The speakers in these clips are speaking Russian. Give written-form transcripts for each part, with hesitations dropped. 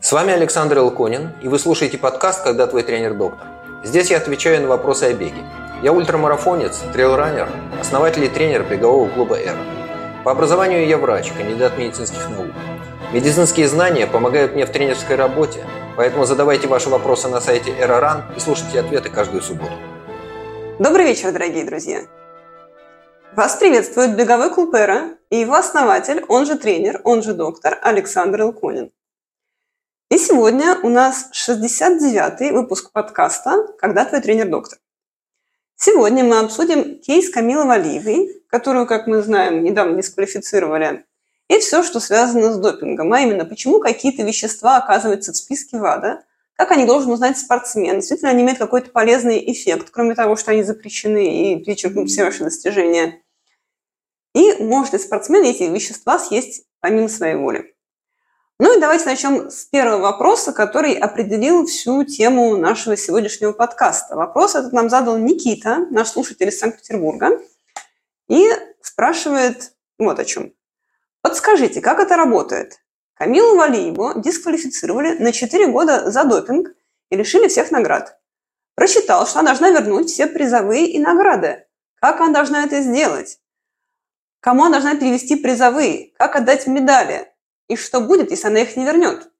С вами Александр Илконин, и вы слушаете подкаст «Когда твой тренер доктор». Здесь я отвечаю на вопросы о беге. Я ультрамарафонец, трейлранер, основатель и тренер бегового клуба «Эра». По образованию я врач, кандидат медицинских наук. Медицинские знания помогают мне в тренерской работе, поэтому задавайте ваши вопросы на сайте «Эра.Ран» и слушайте ответы каждую субботу. Добрый вечер, дорогие друзья! Вас приветствует беговой клуб «Эра» и его основатель, он же тренер, он же доктор Александр Илконин. И сегодня у нас 69-й выпуск подкаста «Когда твой тренер доктор». Сегодня мы обсудим кейс Камилы Валиевой, которую, как мы знаем, недавно дисквалифицировали, и все, что связано с допингом, а именно, почему какие-то вещества оказываются в списке ВАДА, как они должен узнать спортсмен, действительно они имеют какой-то полезный эффект, кроме того, что они запрещены и перечеркнут все ваши достижения. И может ли спортсмен эти вещества съесть помимо своей воли? Ну и давайте начнем с первого вопроса, который определил всю тему нашего сегодняшнего подкаста. Вопрос этот нам задал Никита, наш слушатель из Санкт-Петербурга, и спрашивает вот о чем. Подскажите, как это работает? Камилу Валиеву дисквалифицировали на 4 года за допинг и лишили всех наград. Прочитал, что она должна вернуть все призовые и награды. Как она должна это сделать? Кому она должна перевести призовые? Как отдать медали? И что будет, если она их не вернет?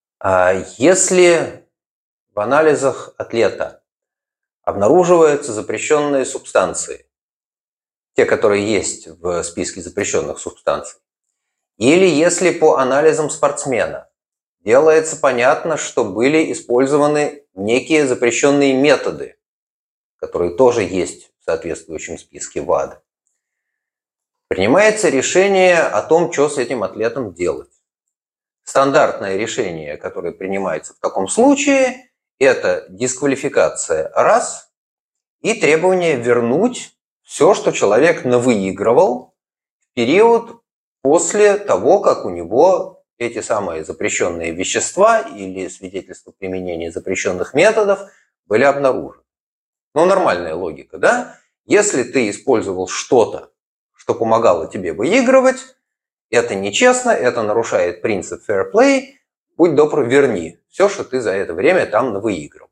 Если в анализах атлета обнаруживаются запрещенные субстанции, те, которые есть в списке запрещенных субстанций, или если по анализам спортсмена делается понятно, что были использованы некие запрещенные методы, которые тоже есть в соответствующем списке ВАДА, принимается решение о том, что с этим атлетом делать. Стандартное решение, которое принимается в таком случае, это дисквалификация раз и требование вернуть все, что человек навыигрывал в период после того, как у него эти самые запрещенные вещества или свидетельства применения запрещенных методов были обнаружены. Ну, нормальная логика, да? Если ты использовал что-то, что помогало тебе выигрывать, это нечестно, это нарушает принцип fair play, будь добр, верни все, что ты за это время там навыигрывал.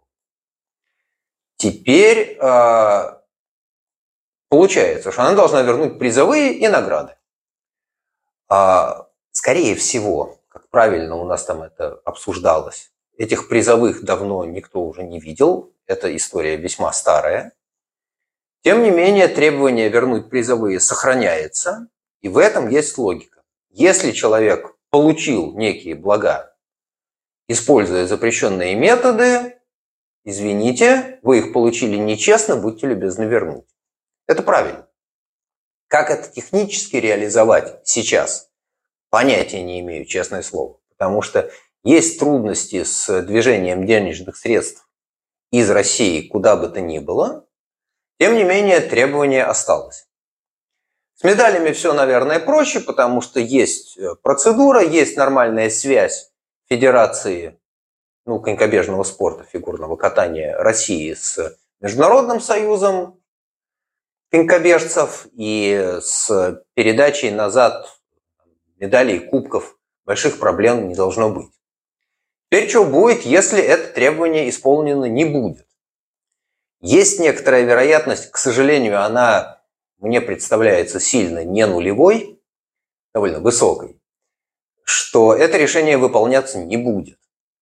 Теперь получается, что она должна вернуть призовые и награды. Скорее всего, как правильно у нас там это обсуждалось, этих призовых давно никто уже не видел, эта история весьма старая. Тем не менее, требование вернуть призовые сохраняется, и в этом есть логика. Если человек получил некие блага, используя запрещенные методы, извините, вы их получили нечестно, будьте любезны вернуть. Это правильно. Как это технически реализовать сейчас? Понятия не имею, честное слово. Потому что есть трудности с движением денежных средств из России куда бы то ни было. Тем не менее, требование осталось. С медалями все, наверное, проще, потому что есть процедура, есть нормальная связь Федерации конькобежного спорта, фигурного катания России с Международным союзом конькобежцев и с передачей назад медалей, кубков. Больших проблем не должно быть. Теперь что будет, если это требование исполнено не будет? Есть некоторая вероятность, к сожалению, она мне представляется сильно не нулевой, довольно высокой, что это решение выполняться не будет.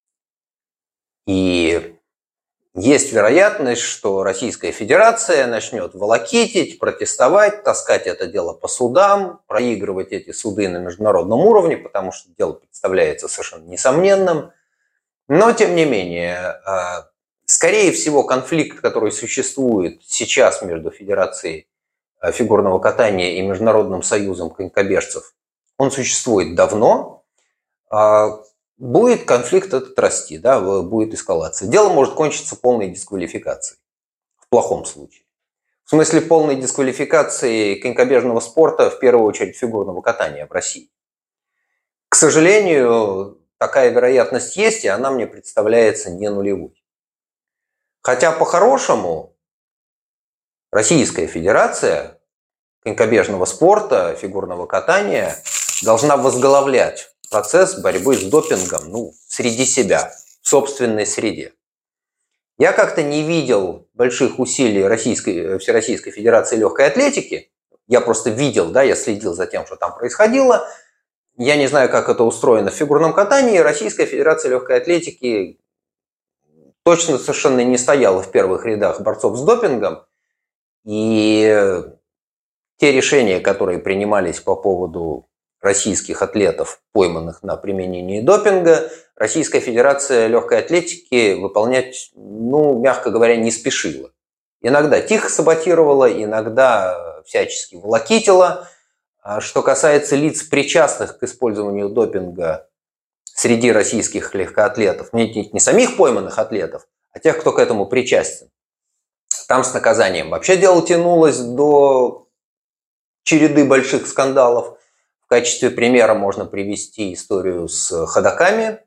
И есть вероятность, что Российская Федерация начнет волокитить, протестовать, таскать это дело по судам, проигрывать эти суды на международном уровне, потому что дело представляется совершенно несомненным. Но, тем не менее, скорее всего, конфликт, который существует сейчас между Федерацией фигурного катания и Международным союзом конькобежцев, он существует давно, будет конфликт этот расти, да, будет эскалация. Дело может кончиться полной дисквалификацией, в плохом случае. В смысле полной дисквалификации конькобежного спорта, в первую очередь фигурного катания в России. К сожалению, такая вероятность есть, и она мне представляется не нулевой. Хотя по-хорошему Российская Федерация конькобежного спорта, фигурного катания должна возглавлять процесс борьбы с допингом среди себя, в собственной среде. Я как-то не видел больших усилий Всероссийской Федерации легкой атлетики. Я просто видел, я следил за тем, что там происходило. Я не знаю, как это устроено в фигурном катании. Российская Федерация легкой атлетики точно совершенно не стояла в первых рядах борцов с допингом. И те решения, которые принимались по поводу российских атлетов, пойманных на применении допинга, Российская Федерация легкой атлетики выполнять, мягко говоря, не спешила. Иногда тихо саботировала, иногда всячески волокитила. Что касается лиц, причастных к использованию допинга среди российских легкоатлетов, не самих пойманных атлетов, а тех, кто к этому причастен, там с наказанием вообще дело тянулось до череды больших скандалов. В качестве примера можно привести историю с ходоками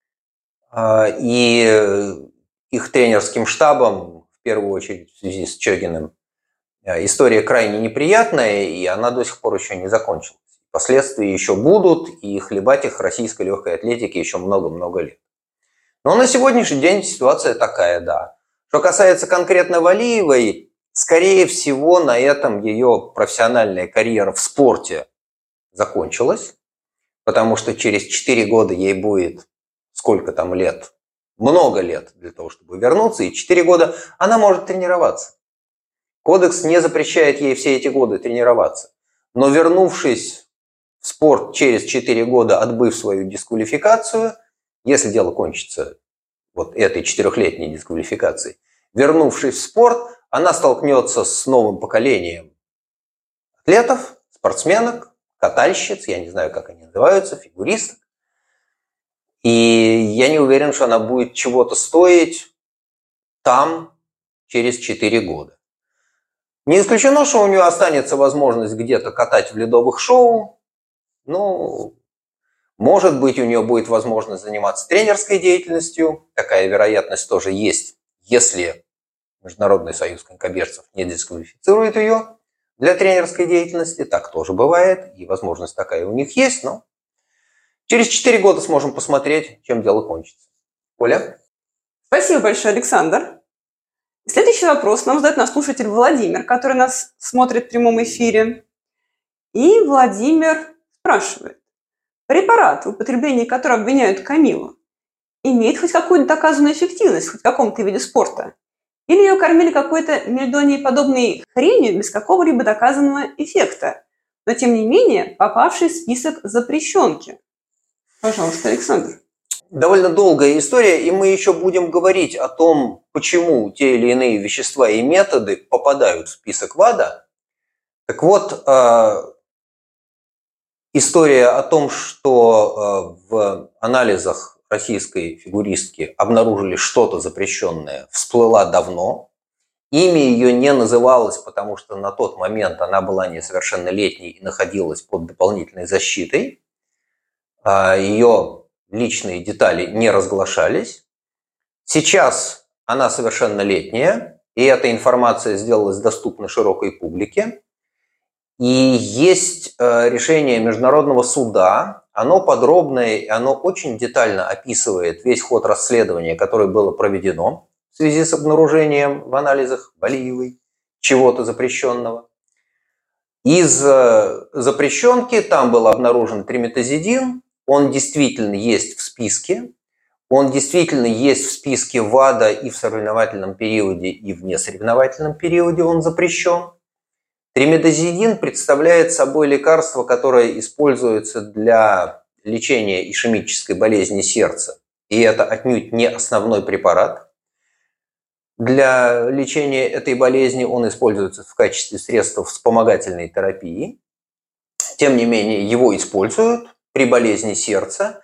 и их тренерским штабом, в первую очередь в связи с Чогиным. История крайне неприятная, и она до сих пор еще не закончилась. Последствия еще будут, и хлебать их российской легкой атлетике еще много-много лет. Но на сегодняшний день ситуация такая, да. Что касается конкретно Валиевой, скорее всего, на этом ее профессиональная карьера в спорте закончилась, потому что через 4 года ей будет сколько там лет? Много лет для того, чтобы вернуться, и 4 года она может тренироваться. Кодекс не запрещает ей все эти годы тренироваться. Но вернувшись в спорт через 4 года, отбыв свою дисквалификацию, если дело кончится вот этой 4-летней дисквалификацией, вернувшись в спорт, она столкнется с новым поколением атлетов, спортсменок, катальщиц, я не знаю, как они называются, фигуристок. И я не уверен, что она будет чего-то стоить там через 4 года. Не исключено, что у нее останется возможность где-то катать в ледовых шоу. Может быть, у нее будет возможность заниматься тренерской деятельностью. Такая вероятность тоже есть, если Международный союз конькобежцев не дисквалифицирует ее для тренерской деятельности. Так тоже бывает, и возможность такая у них есть. Но через 4 года сможем посмотреть, чем дело кончится. Оля? Спасибо большое, Александр. Следующий вопрос нам задает наш слушатель Владимир, который нас смотрит в прямом эфире. И Владимир спрашивает. Препарат, в употреблении которого обвиняют Камилу, имеет хоть какую-то доказанную эффективность хоть в каком-то виде спорта? Или ее кормили какой-то мельдонии-подобной хренью без какого-либо доказанного эффекта, но тем не менее попавший в список запрещенки? Пожалуйста, Александр. Довольно долгая история, и мы еще будем говорить о том, почему те или иные вещества и методы попадают в список ВАДА. Так вот, история о том, что в анализах российской фигуристки обнаружили что-то запрещенное, всплыла давно. Имя ее не называлось, потому что на тот момент она была несовершеннолетней и находилась под дополнительной защитой. Ее личные детали не разглашались. Сейчас она совершеннолетняя, и эта информация сделалась доступна широкой публике. И есть решение Международного суда, оно подробное, и оно очень детально описывает весь ход расследования, которое было проведено в связи с обнаружением в анализах Валиевой чего-то запрещенного. Из запрещенки там был обнаружен триметазидин, он действительно есть в списке, он действительно есть в списке ВАДА и в соревновательном периоде, и в несоревновательном периоде он запрещен. Триметазидин представляет собой лекарство, которое используется для лечения ишемической болезни сердца. И это отнюдь не основной препарат. Для лечения этой болезни он используется в качестве средства вспомогательной терапии. Тем не менее, его используют при болезни сердца.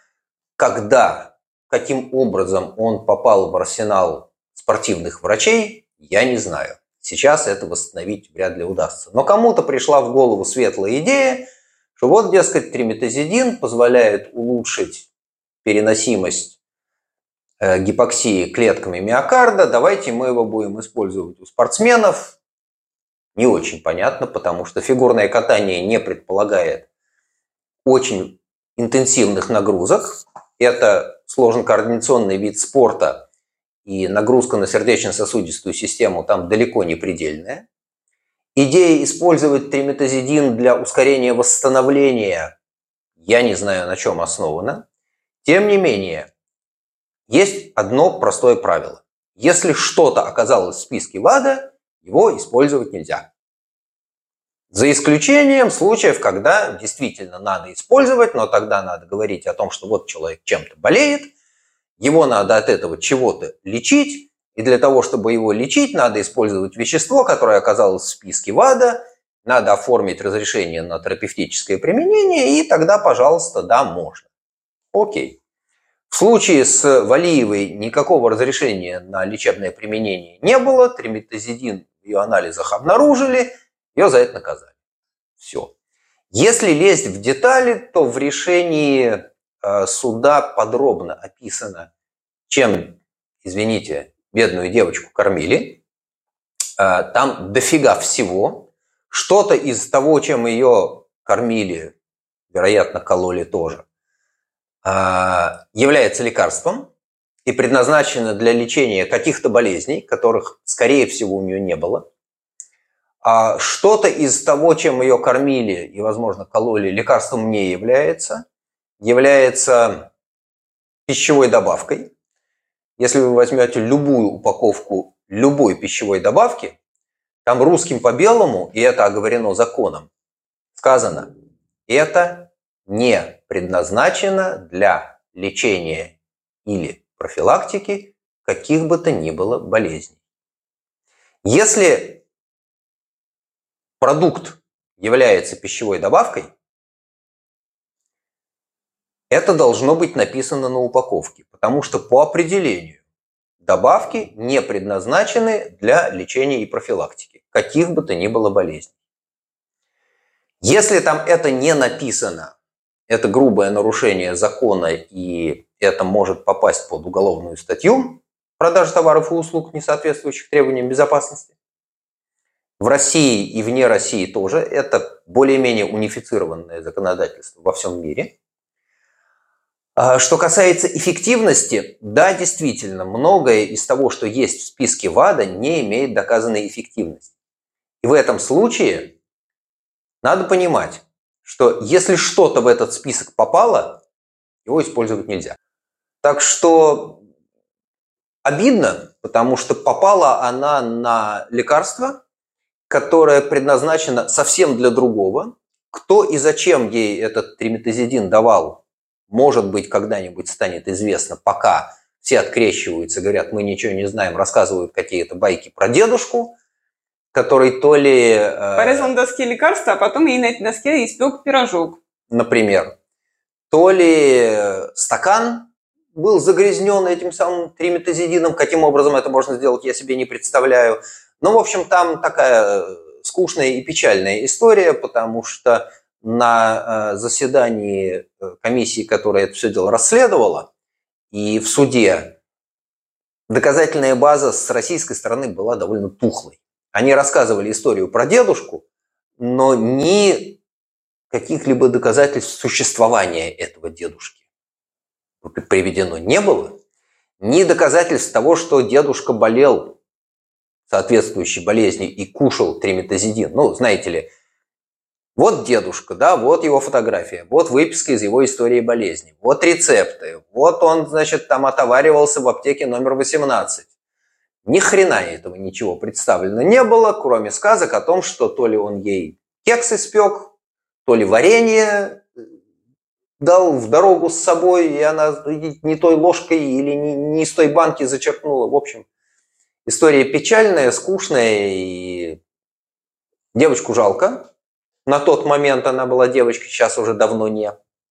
Каким образом он попал в арсенал спортивных врачей, я не знаю. Сейчас это восстановить вряд ли удастся. Но кому-то пришла в голову светлая идея, что вот, дескать, триметазидин позволяет улучшить переносимость гипоксии клетками миокарда. Давайте мы его будем использовать у спортсменов. Не очень понятно, потому что фигурное катание не предполагает очень интенсивных нагрузок. Это сложно-координационный вид спорта, и нагрузка на сердечно-сосудистую систему там далеко не предельная. Идея использовать триметазидин для ускорения восстановления, я не знаю, на чем основана. Тем не менее, есть одно простое правило. Если что-то оказалось в списке ВАДА, его использовать нельзя. За исключением случаев, когда действительно надо использовать, но тогда надо говорить о том, что вот человек чем-то болеет, его надо от этого чего-то лечить, и для того, чтобы его лечить, надо использовать вещество, которое оказалось в списке ВАДА, надо оформить разрешение на терапевтическое применение, и тогда, пожалуйста, да, можно. Окей. В случае с Валиевой никакого разрешения на лечебное применение не было, триметазидин в ее анализах обнаружили, ее за это наказали. Все. Если лезть в детали, то в решении суда подробно описано, чем, извините, бедную девочку кормили. Там дофига всего. Что-то из того, чем ее кормили, вероятно, кололи тоже, является лекарством и предназначено для лечения каких-то болезней, которых, скорее всего, у нее не было. А что-то из того, чем ее кормили и, возможно, кололи, лекарством не является пищевой добавкой. Если вы возьмете любую упаковку любой пищевой добавки, там русским по белому, и это оговорено законом, сказано, это не предназначено для лечения или профилактики каких бы то ни было болезней. Если продукт является пищевой добавкой, это должно быть написано на упаковке, потому что по определению добавки не предназначены для лечения и профилактики каких бы то ни было болезней. Если там это не написано, это грубое нарушение закона, и это может попасть под уголовную статью продажи товаров и услуг, не соответствующих требованиям безопасности. В России и вне России тоже это более-менее унифицированное законодательство во всем мире. Что касается эффективности, да, действительно, многое из того, что есть в списке ВАДА, не имеет доказанной эффективности. И в этом случае надо понимать, что если что-то в этот список попало, его использовать нельзя. Так что обидно, потому что попала она на лекарство, которое предназначено совсем для другого. Кто и зачем ей этот триметазидин давал, может быть, когда-нибудь станет известно, пока все открещиваются, говорят, мы ничего не знаем, рассказывают какие-то байки про дедушку, который то ли... Порезал на доске лекарства, а потом ей на этой доске испек пирожок. Например. То ли стакан был загрязнен этим самым триметазидином, каким образом это можно сделать, я себе не представляю. Но, в общем, там такая скучная и печальная история, потому что на заседании комиссии, которая это все дело расследовала, и в суде доказательная база с российской стороны была довольно тухлой. Они рассказывали историю про дедушку, но ни каких-либо доказательств существования этого дедушки приведено не было, ни доказательств того, что дедушка болел соответствующей болезнью и кушал триметазидин. Ну, знаете ли, вот дедушка, да, вот его фотография, вот выписка из его истории болезни, вот рецепты, вот он, значит, там отоваривался в аптеке номер 18. Ни хрена этого ничего представлено не было, кроме сказок о том, что то ли он ей кекс испек, то ли варенье дал в дорогу с собой, и она не той ложкой или не из той банки зачерпнула. В общем, история печальная, скучная, и девочку жалко. На тот момент она была девочкой, сейчас уже давно не.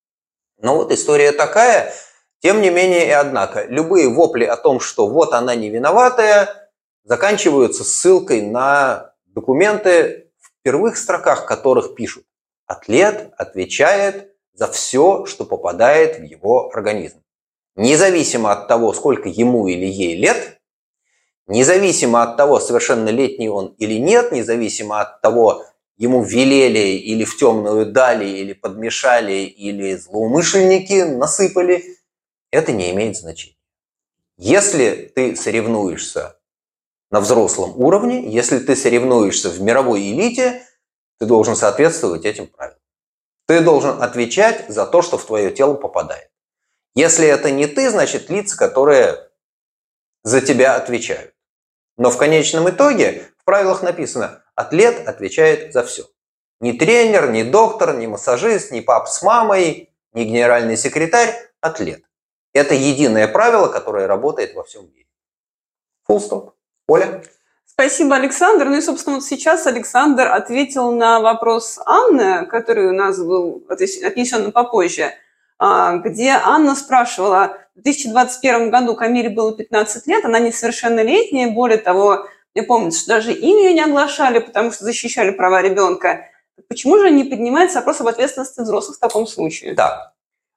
Но вот история такая. Тем не менее и однако, любые вопли о том, что вот она не виноватая, заканчиваются ссылкой на документы, в первых строках которых пишут: атлет отвечает за все, что попадает в его организм. Независимо от того, сколько ему или ей лет, независимо от того, совершеннолетний он или нет, независимо от того, ему велели или в темную дали, или подмешали, или злоумышленники насыпали, это не имеет значения. Если ты соревнуешься на взрослом уровне, если ты соревнуешься в мировой элите, ты должен соответствовать этим правилам. Ты должен отвечать за то, что в твое тело попадает. Если это не ты, значит лица, которые за тебя отвечают. Но в конечном итоге в правилах написано: атлет отвечает за все. Ни тренер, ни доктор, ни массажист, ни пап с мамой, ни генеральный секретарь, атлет. Это единое правило, которое работает во всем мире. Full stop. Оля? Спасибо, Александр. Ну и, собственно, вот сейчас Александр ответил на вопрос Анны, который у нас был отнесен попозже, где Анна спрашивала: в 2021 году Камиле было 15 лет, она несовершеннолетняя, более того, я помню, что даже имя ее не оглашали, потому что защищали права ребенка. Почему же не поднимается вопрос об ответственности взрослых в таком случае? Да.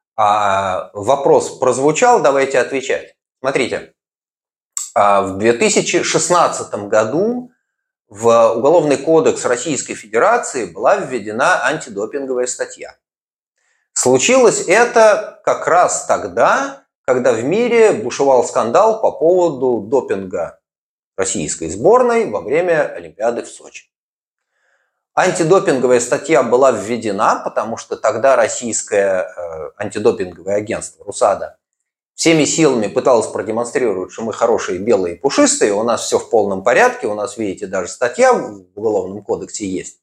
Вопрос прозвучал, давайте отвечать. Смотрите, в 2016 году в Уголовный кодекс Российской Федерации была введена антидопинговая статья. Случилось это как раз тогда, когда в мире бушевал скандал по поводу допинга российской сборной во время Олимпиады в Сочи. Антидопинговая статья была введена, потому что тогда российское антидопинговое агентство РУСАДА всеми силами пыталось продемонстрировать, что мы хорошие, белые, пушистые, у нас все в полном порядке, у нас, видите, даже статья в Уголовном кодексе есть.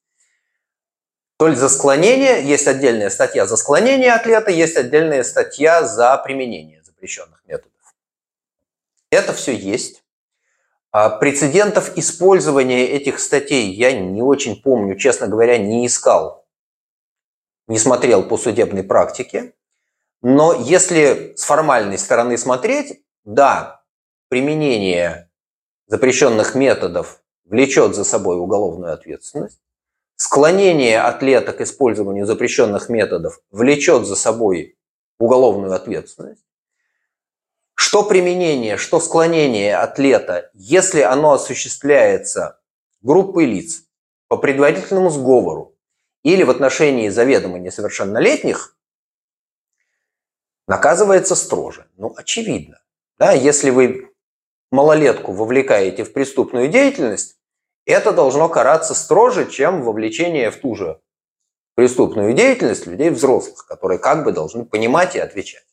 То ли за склонение, есть отдельная статья за склонение атлета, есть отдельная статья за применение запрещенных методов. Это все есть. Прецедентов использования этих статей я не очень помню, честно говоря, не искал, не смотрел по судебной практике. Но если с формальной стороны смотреть, да, применение запрещенных методов влечет за собой уголовную ответственность. Склонение атлета к использованию запрещенных методов влечет за собой уголовную ответственность. Что применение, что склонение атлета, если оно осуществляется группой лиц по предварительному сговору или в отношении заведомо несовершеннолетних, наказывается строже. Ну, очевидно. Да, если вы малолетку вовлекаете в преступную деятельность, это должно караться строже, чем вовлечение в ту же преступную деятельность людей взрослых, которые как бы должны понимать и отвечать.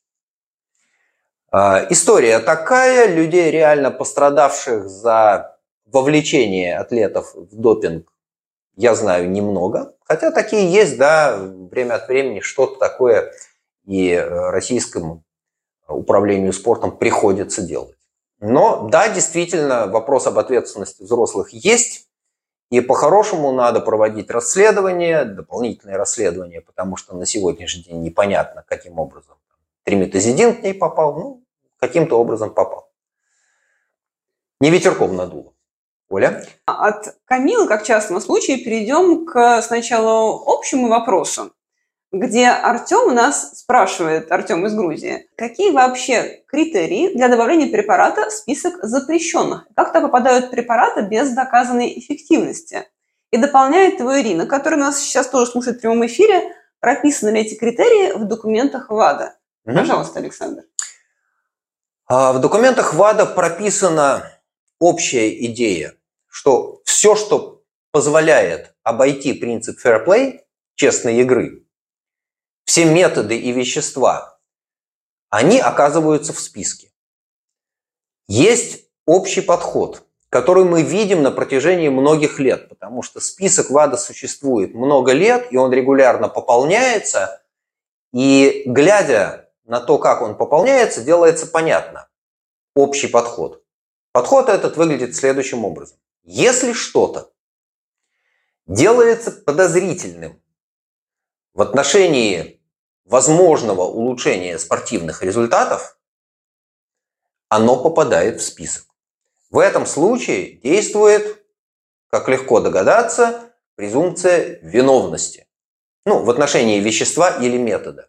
История такая, людей, реально пострадавших за вовлечение атлетов в допинг, я знаю немного. Хотя такие есть, да, время от времени что-то такое и российскому управлению спортом приходится делать. Но да, действительно, вопрос об ответственности взрослых есть. И по-хорошему надо проводить расследование, дополнительное расследование, потому что на сегодняшний день непонятно, каким образом триметазидин к ней попал, ну, каким-то образом попал. Не ветерком надуло. Оля? От Камилы, как частного случая, перейдем к сначала общему вопросу, где Артем у нас спрашивает, Артем из Грузии, какие вообще критерии для добавления препарата в список запрещенных? Как туда попадают препараты без доказанной эффективности? И дополняет его Ирина, которая нас сейчас тоже слушает в прямом эфире, прописаны ли эти критерии в документах ВАДА? Пожалуйста, Александр. В документах ВАДА прописана общая идея, что все, что позволяет обойти принцип fair play, честной игры, все методы и вещества, они оказываются в списке. Есть общий подход, который мы видим на протяжении многих лет, потому что список ВАДА существует много лет, и он регулярно пополняется, и глядя на то, как он пополняется, делается понятно общий подход. Подход этот выглядит следующим образом. Если что-то делается подозрительным в отношении возможного улучшения спортивных результатов, оно попадает в список. В этом случае действует, как легко догадаться, презумпция виновности. В отношении вещества или метода.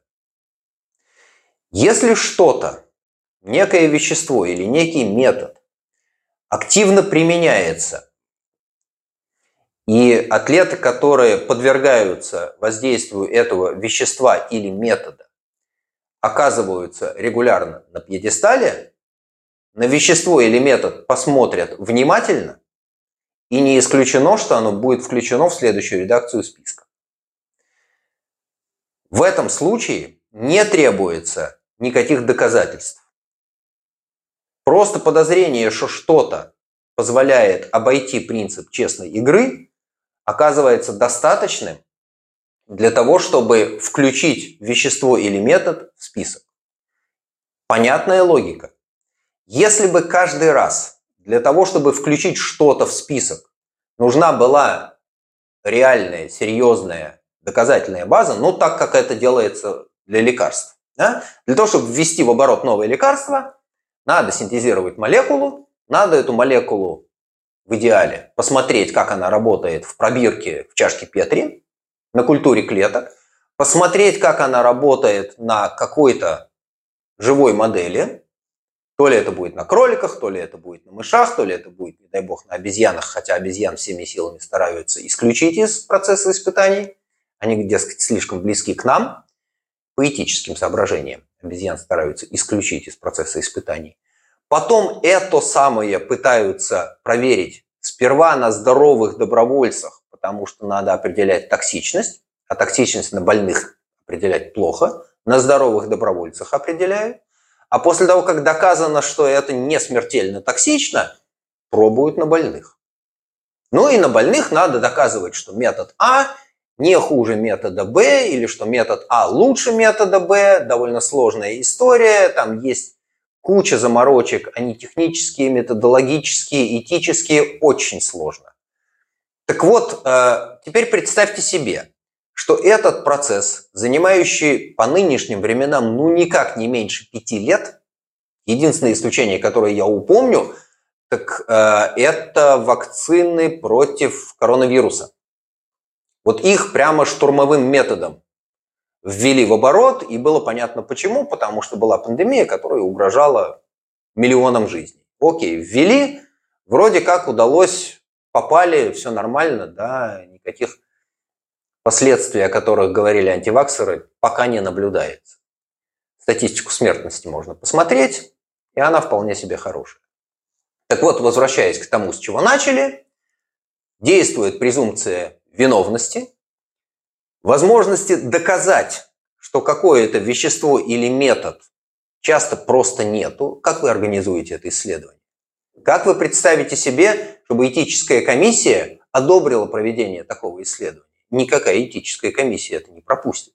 Если что-то, некое вещество или некий метод активно применяется И атлеты, которые подвергаются воздействию этого вещества или метода, оказываются регулярно на пьедестале, на вещество или метод посмотрят внимательно, и не исключено, что оно будет включено в следующую редакцию списка. В этом случае не требуется никаких доказательств. Просто подозрение, что что-то позволяет обойти принцип честной игры, оказывается достаточным для того, чтобы включить вещество или метод в список. Понятная логика. Если бы каждый раз для того, чтобы включить что-то в список, нужна была реальная, серьезная доказательная база, ну так как это делается для лекарств. Да? Для того, чтобы ввести в оборот новое лекарство, надо синтезировать молекулу, надо эту молекулу в идеале посмотреть, как она работает в пробирке в чашке Петри, на культуре клеток, посмотреть, как она работает на какой-то живой модели, то ли это будет на кроликах, то ли это будет на мышах, то ли это будет, не дай бог, на обезьянах, хотя обезьян всеми силами стараются исключить из процесса испытаний. Они, дескать, слишком близки к нам по этическим соображениям. Обезьян стараются исключить из процесса испытаний. Потом это самое пытаются проверить сперва на здоровых добровольцах, потому что надо определять токсичность, а токсичность на больных определять плохо, на здоровых добровольцах определяют. А после того, как доказано, что это не смертельно токсично, пробуют на больных. Ну и на больных надо доказывать, что метод А не хуже метода Б, или что метод А лучше метода Б. Довольно сложная история, там есть куча заморочек, они технические, методологические, этические, очень сложно. Так вот, теперь представьте себе, что этот процесс, занимающий по нынешним временам никак не меньше 5 лет, единственное исключение, которое я упомню, так это вакцины против коронавируса. Вот их прямо штурмовым методом ввели в оборот, и было понятно почему, потому что была пандемия, которая угрожала миллионам жизней. Окей, ввели, вроде как удалось, попали, все нормально, да, никаких последствия, о которых говорили антиваксеры, пока не наблюдается. Статистику смертности можно посмотреть, и она вполне себе хорошая. Так вот, возвращаясь к тому, с чего начали, действует презумпция виновности, возможности доказать, что какое-то вещество или метод часто просто нету. Как вы организуете это исследование? Как вы представите себе, чтобы этическая комиссия одобрила проведение такого исследования? Никакая этическая комиссия это не пропустит.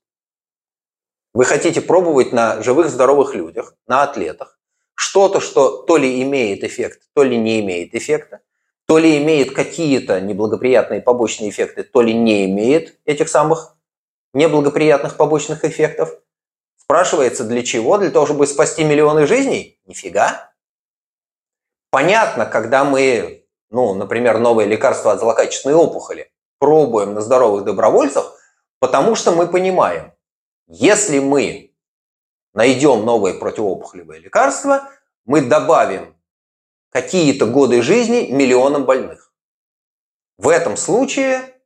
Вы хотите пробовать на живых здоровых людях, на атлетах, что-то, что то ли имеет эффект, то ли не имеет эффекта, то ли имеет какие-то неблагоприятные побочные эффекты, то ли не имеет этих самых неблагоприятных побочных эффектов. Спрашивается, для чего? Для того, чтобы спасти миллионы жизней? Нифига. Понятно, когда мы, например, новое лекарство от злокачественной опухоли пробуем на здоровых добровольцах, потому что мы понимаем, если мы найдем новое противоопухолевое лекарство, мы добавим какие-то годы жизни миллионам больных. В этом случае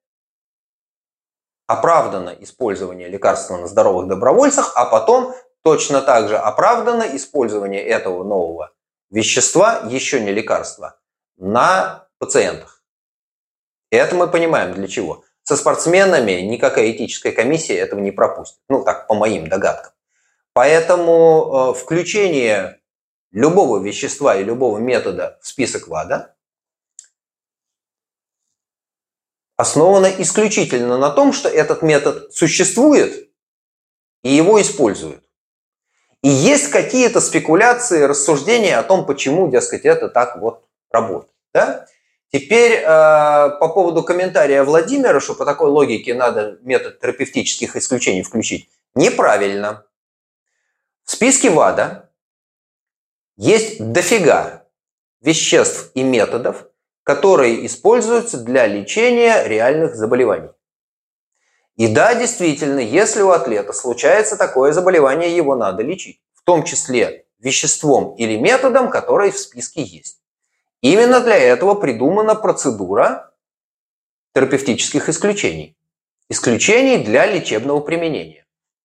оправдано использование лекарства на здоровых добровольцах, а потом точно так же оправдано использование этого нового вещества, еще не лекарства, на пациентах. Это мы понимаем для чего. Со спортсменами никакая этическая комиссия этого не пропустит. Так, по моим догадкам. Поэтому включение любого вещества и любого метода в список ВАДА основано исключительно на том, что этот метод существует и его используют. И есть какие-то спекуляции, рассуждения о том, почему, дескать, это так вот работает. Да? Теперь по поводу комментария Владимира, что по такой логике надо метод терапевтических исключений включить. Неправильно. В списке ВАДА есть дофига веществ и методов, которые используются для лечения реальных заболеваний. И да, действительно, если у атлета случается такое заболевание, его надо лечить. В том числе веществом или методом, который в списке есть. Именно для этого придумана процедура терапевтических исключений. Исключений для лечебного применения.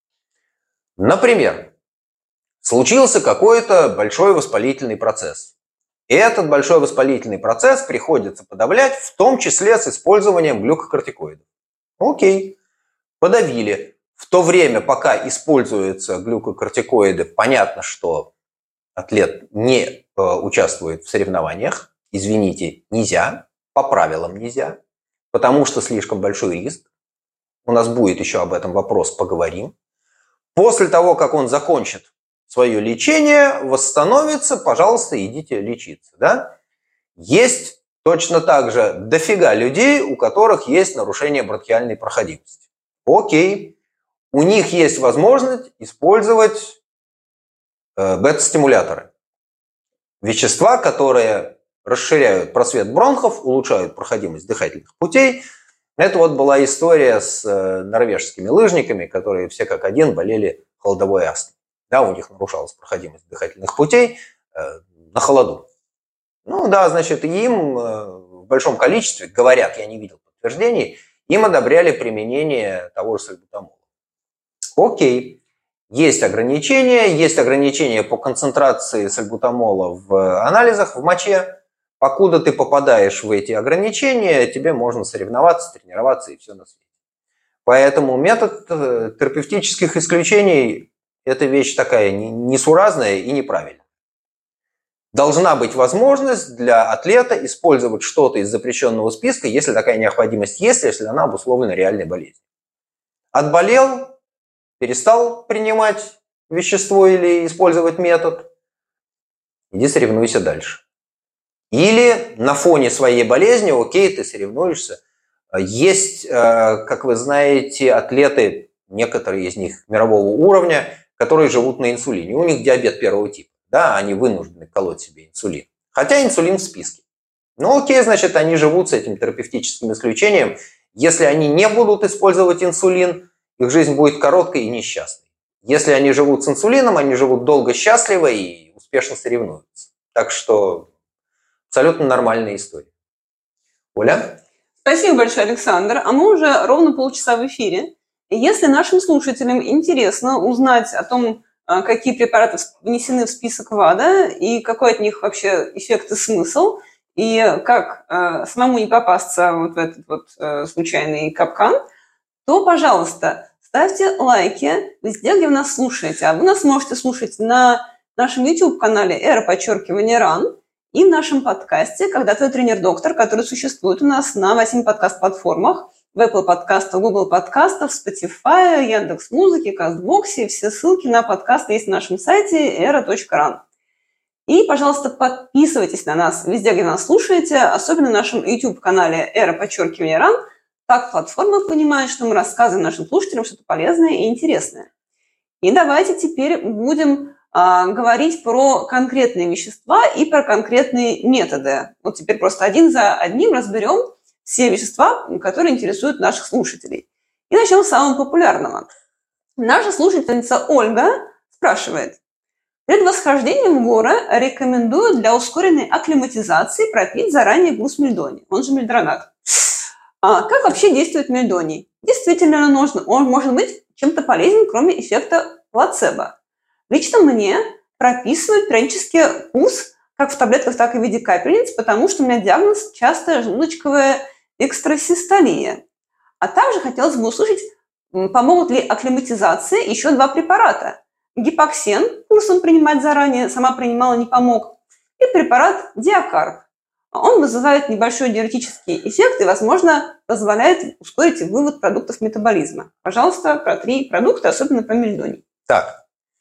Например, случился какой-то большой воспалительный процесс. И этот большой воспалительный процесс приходится подавлять, в том числе с использованием глюкокортикоидов. Окей, подавили. В то время, пока используются глюкокортикоиды, понятно, что атлет не участвует в соревнованиях. Извините, нельзя, по правилам нельзя, потому что слишком большой риск. У нас будет еще об этом вопрос, поговорим. После того, как он закончит свое лечение, восстановится, пожалуйста, идите лечиться. Да? Есть точно так же дофига людей, у которых есть нарушение бронхиальной проходимости. Окей, у них есть возможность использовать бета-стимуляторы. Вещества, которые расширяют просвет бронхов, улучшают проходимость дыхательных путей. Это вот была история с норвежскими лыжниками, которые все как один болели холодовой астмой. Да, у них нарушалась проходимость дыхательных путей на холоду. Ну да, значит, им в большом количестве, говорят, я не видел подтверждений, им одобряли применение того же сальбутамола. Окей, есть ограничения по концентрации сальбутамола в анализах, в моче. Покуда ты попадаешь в эти ограничения, тебе можно соревноваться, тренироваться и все на свете. Поэтому метод терапевтических исключений – это вещь такая несуразная и неправильная. Должна быть возможность для атлета использовать что-то из запрещенного списка, если такая необходимость есть, если она обусловлена реальной болезнью. Отболел, перестал принимать вещество или использовать метод, иди соревнуйся дальше. Или на фоне своей болезни, окей, ты соревнуешься. Есть, как вы знаете, атлеты, некоторые из них мирового уровня, которые живут на инсулине. У них диабет первого типа. Да, они вынуждены колоть себе инсулин. Хотя инсулин в списке. Ну окей, значит, они живут с этим терапевтическим исключением. Если они не будут использовать инсулин, их жизнь будет короткой и несчастной. Если они живут с инсулином, они живут долго, счастливо и успешно соревнуются. Так что абсолютно нормальная история. Оля? Спасибо большое, Александр. А мы уже ровно полчаса в эфире. И если нашим слушателям интересно узнать о том, какие препараты внесены в список ВАДА и какой от них вообще эффект и смысл, и как самому не попасться вот в этот вот случайный капкан, то, пожалуйста, ставьте лайки везде, где вы нас слушаете. А вы нас можете слушать на нашем YouTube-канале @RAN и в нашем подкасте «Когда твой тренер-доктор», который существует у нас на 8 подкаст-платформах, в Apple подкастах, Google подкастах, Spotify, Яндекс.Музыке, Кастбоксе. Все ссылки на подкасты есть на нашем сайте era.ran. И, пожалуйста, подписывайтесь на нас везде, где нас слушаете, особенно на нашем YouTube-канале era_ran. Так платформа понимает, что мы рассказываем нашим слушателям что-то полезное и интересное. И давайте теперь будем говорить про конкретные вещества и про конкретные методы. Вот теперь просто один за одним разберем все вещества, которые интересуют наших слушателей. И начнем с самого популярного. Наша слушательница Ольга спрашивает. Перед восхождением в горы рекомендую для ускоренной акклиматизации пропить заранее гус мельдоний, он же мельдронат. Как вообще действует мельдоний? Действительно, он может быть чем-то полезен, кроме эффекта плацебо. Лично мне прописывают периодически ГУС как в таблетках, так и в виде капельниц, потому что у меня диагноз частая желудочковая экстрасистолия. А также хотелось бы услышать, помогут ли акклиматизации еще 2 препарата. Гипоксен, курсом принимать заранее, сама принимала, не помог, и препарат диакарб. Он вызывает небольшой диуретический эффект и, возможно, позволяет ускорить вывод продуктов метаболизма. Пожалуйста, про 3 продукта, особенно про мельдоний. Так,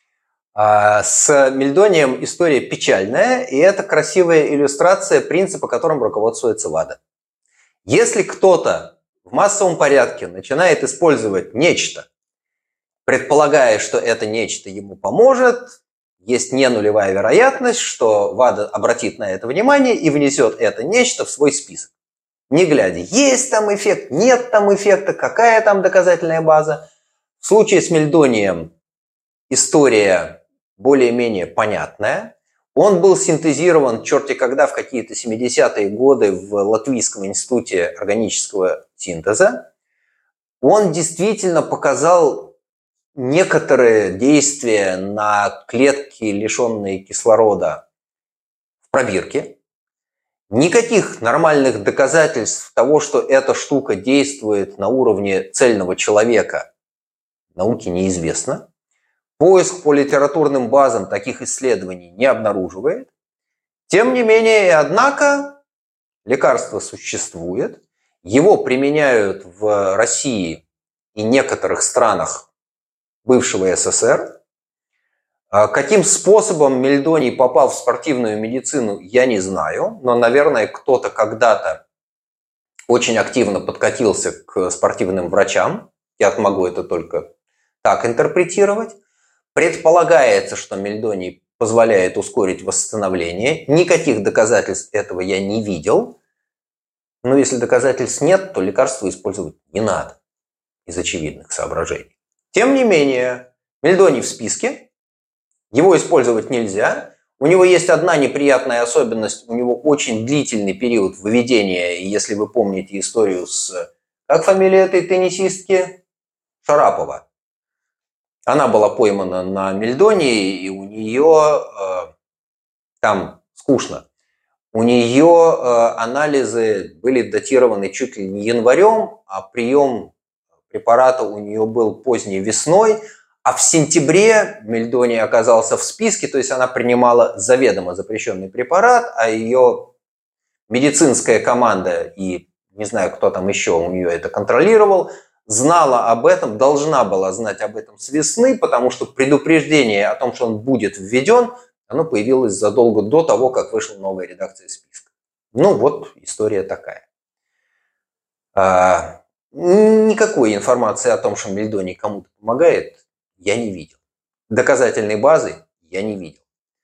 с мельдонием история печальная, и это красивая иллюстрация принципа, которым руководствуется ВАДА. Если кто-то в массовом порядке начинает использовать нечто, предполагая, что это нечто ему поможет, есть не нулевая вероятность, что ВАДА обратит на это внимание и внесет это нечто в свой список. Не глядя, есть там эффект, нет там эффекта, какая там доказательная база. В случае с мельдонием история более-менее понятная. Он был синтезирован черти когда в какие-то 70-е годы в Латвийском институте органического синтеза, он действительно показал некоторые действия на клетки, лишенные кислорода в пробирке. Никаких нормальных доказательств того, что эта штука действует на уровне цельного человека, науке неизвестно. Поиск по литературным базам таких исследований не обнаруживает. Тем не менее, и однако, лекарство существует. Его применяют в России и некоторых странах бывшего СССР. Каким способом мельдоний попал в спортивную медицину, я не знаю. Но, наверное, кто-то когда-то очень активно подкатился к спортивным врачам. Я могу это только так интерпретировать. Предполагается, что мельдоний позволяет ускорить восстановление. Никаких доказательств этого я не видел. Но если доказательств нет, то лекарство использовать не надо из очевидных соображений. Тем не менее, мельдоний в списке, его использовать нельзя. У него есть одна неприятная особенность, у него очень длительный период выведения. И если вы помните историю с... Как фамилия этой теннисистки? Шарапова. Она была поймана на мельдонии, и у нее там скучно. У нее анализы были датированы чуть ли не январем, а прием препарата у нее был поздней весной, а в сентябре мельдоний оказался в списке, то есть она принимала заведомо запрещенный препарат, а ее медицинская команда, и не знаю, кто там еще у нее это контролировал, знала об этом, должна была знать об этом с весны, потому что предупреждение о том, что он будет введен, оно появилось задолго до того, как вышла новая редакция списка. Ну вот, история такая. Никакой информации о том, что мельдоний кому-то помогает, я не видел. Доказательной базы я не видел.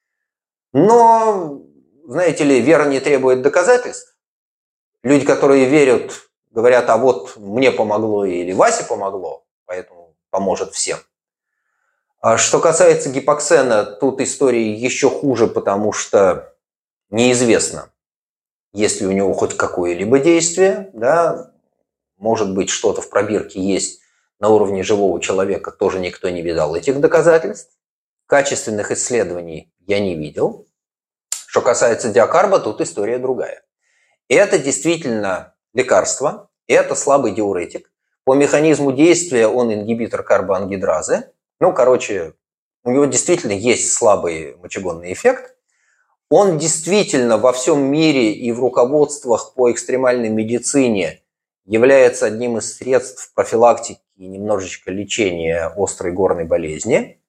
Но, знаете ли, вера не требует доказательств. Люди, которые верят, говорят, а вот мне помогло или Васе помогло, поэтому поможет всем. А что касается гипоксена, тут история еще хуже, потому что неизвестно, есть ли у него хоть какое-либо действие. Да? Может быть, что-то в пробирке есть на уровне живого человека, тоже никто не видал этих доказательств. Качественных исследований я не видел. Что касается диакарба, тут история другая. Это действительно лекарство, это слабый диуретик. По механизму действия он ингибитор карбоангидразы. Ну, короче, у него действительно есть слабый мочегонный эффект. Он действительно во всем мире и в руководствах по экстремальной медицине является одним из средств профилактики и немножечко лечения острой горной болезни.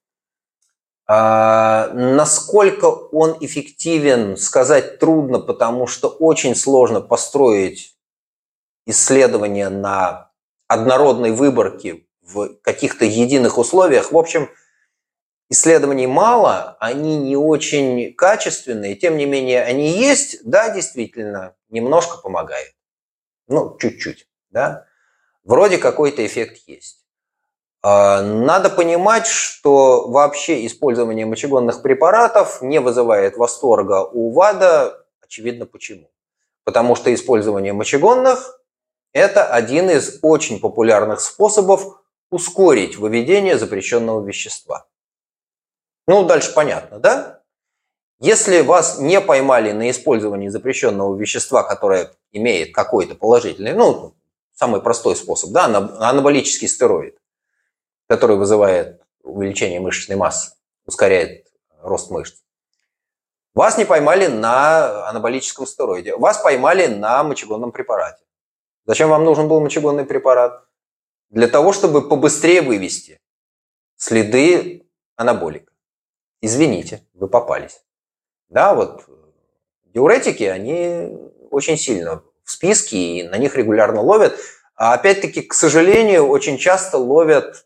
Насколько он эффективен, сказать трудно, потому что очень сложно построить исследования на однородной выборке в каких-то единых условиях. В общем, исследований мало, они не очень качественные, тем не менее они есть, да, действительно, немножко помогает. Ну, чуть-чуть, да. Вроде какой-то эффект есть. Надо понимать, что вообще использование мочегонных препаратов не вызывает восторга у ВАДА. Очевидно, почему. Потому что использование мочегонных – это один из очень популярных способов ускорить выведение запрещенного вещества. Ну, дальше понятно, да? Если вас не поймали на использовании запрещенного вещества, которое имеет какой-то положительный, ну, самый простой способ, да, анаболический стероид, который вызывает увеличение мышечной массы, ускоряет рост мышц. Вас не поймали на анаболическом стероиде, вас поймали на мочегонном препарате. Зачем вам нужен был мочегонный препарат? Для того, чтобы побыстрее вывести следы анаболика. Извините, вы попались. Да, вот диуретики, они очень сильно в списке, и на них регулярно ловят. А опять-таки, к сожалению, очень часто ловят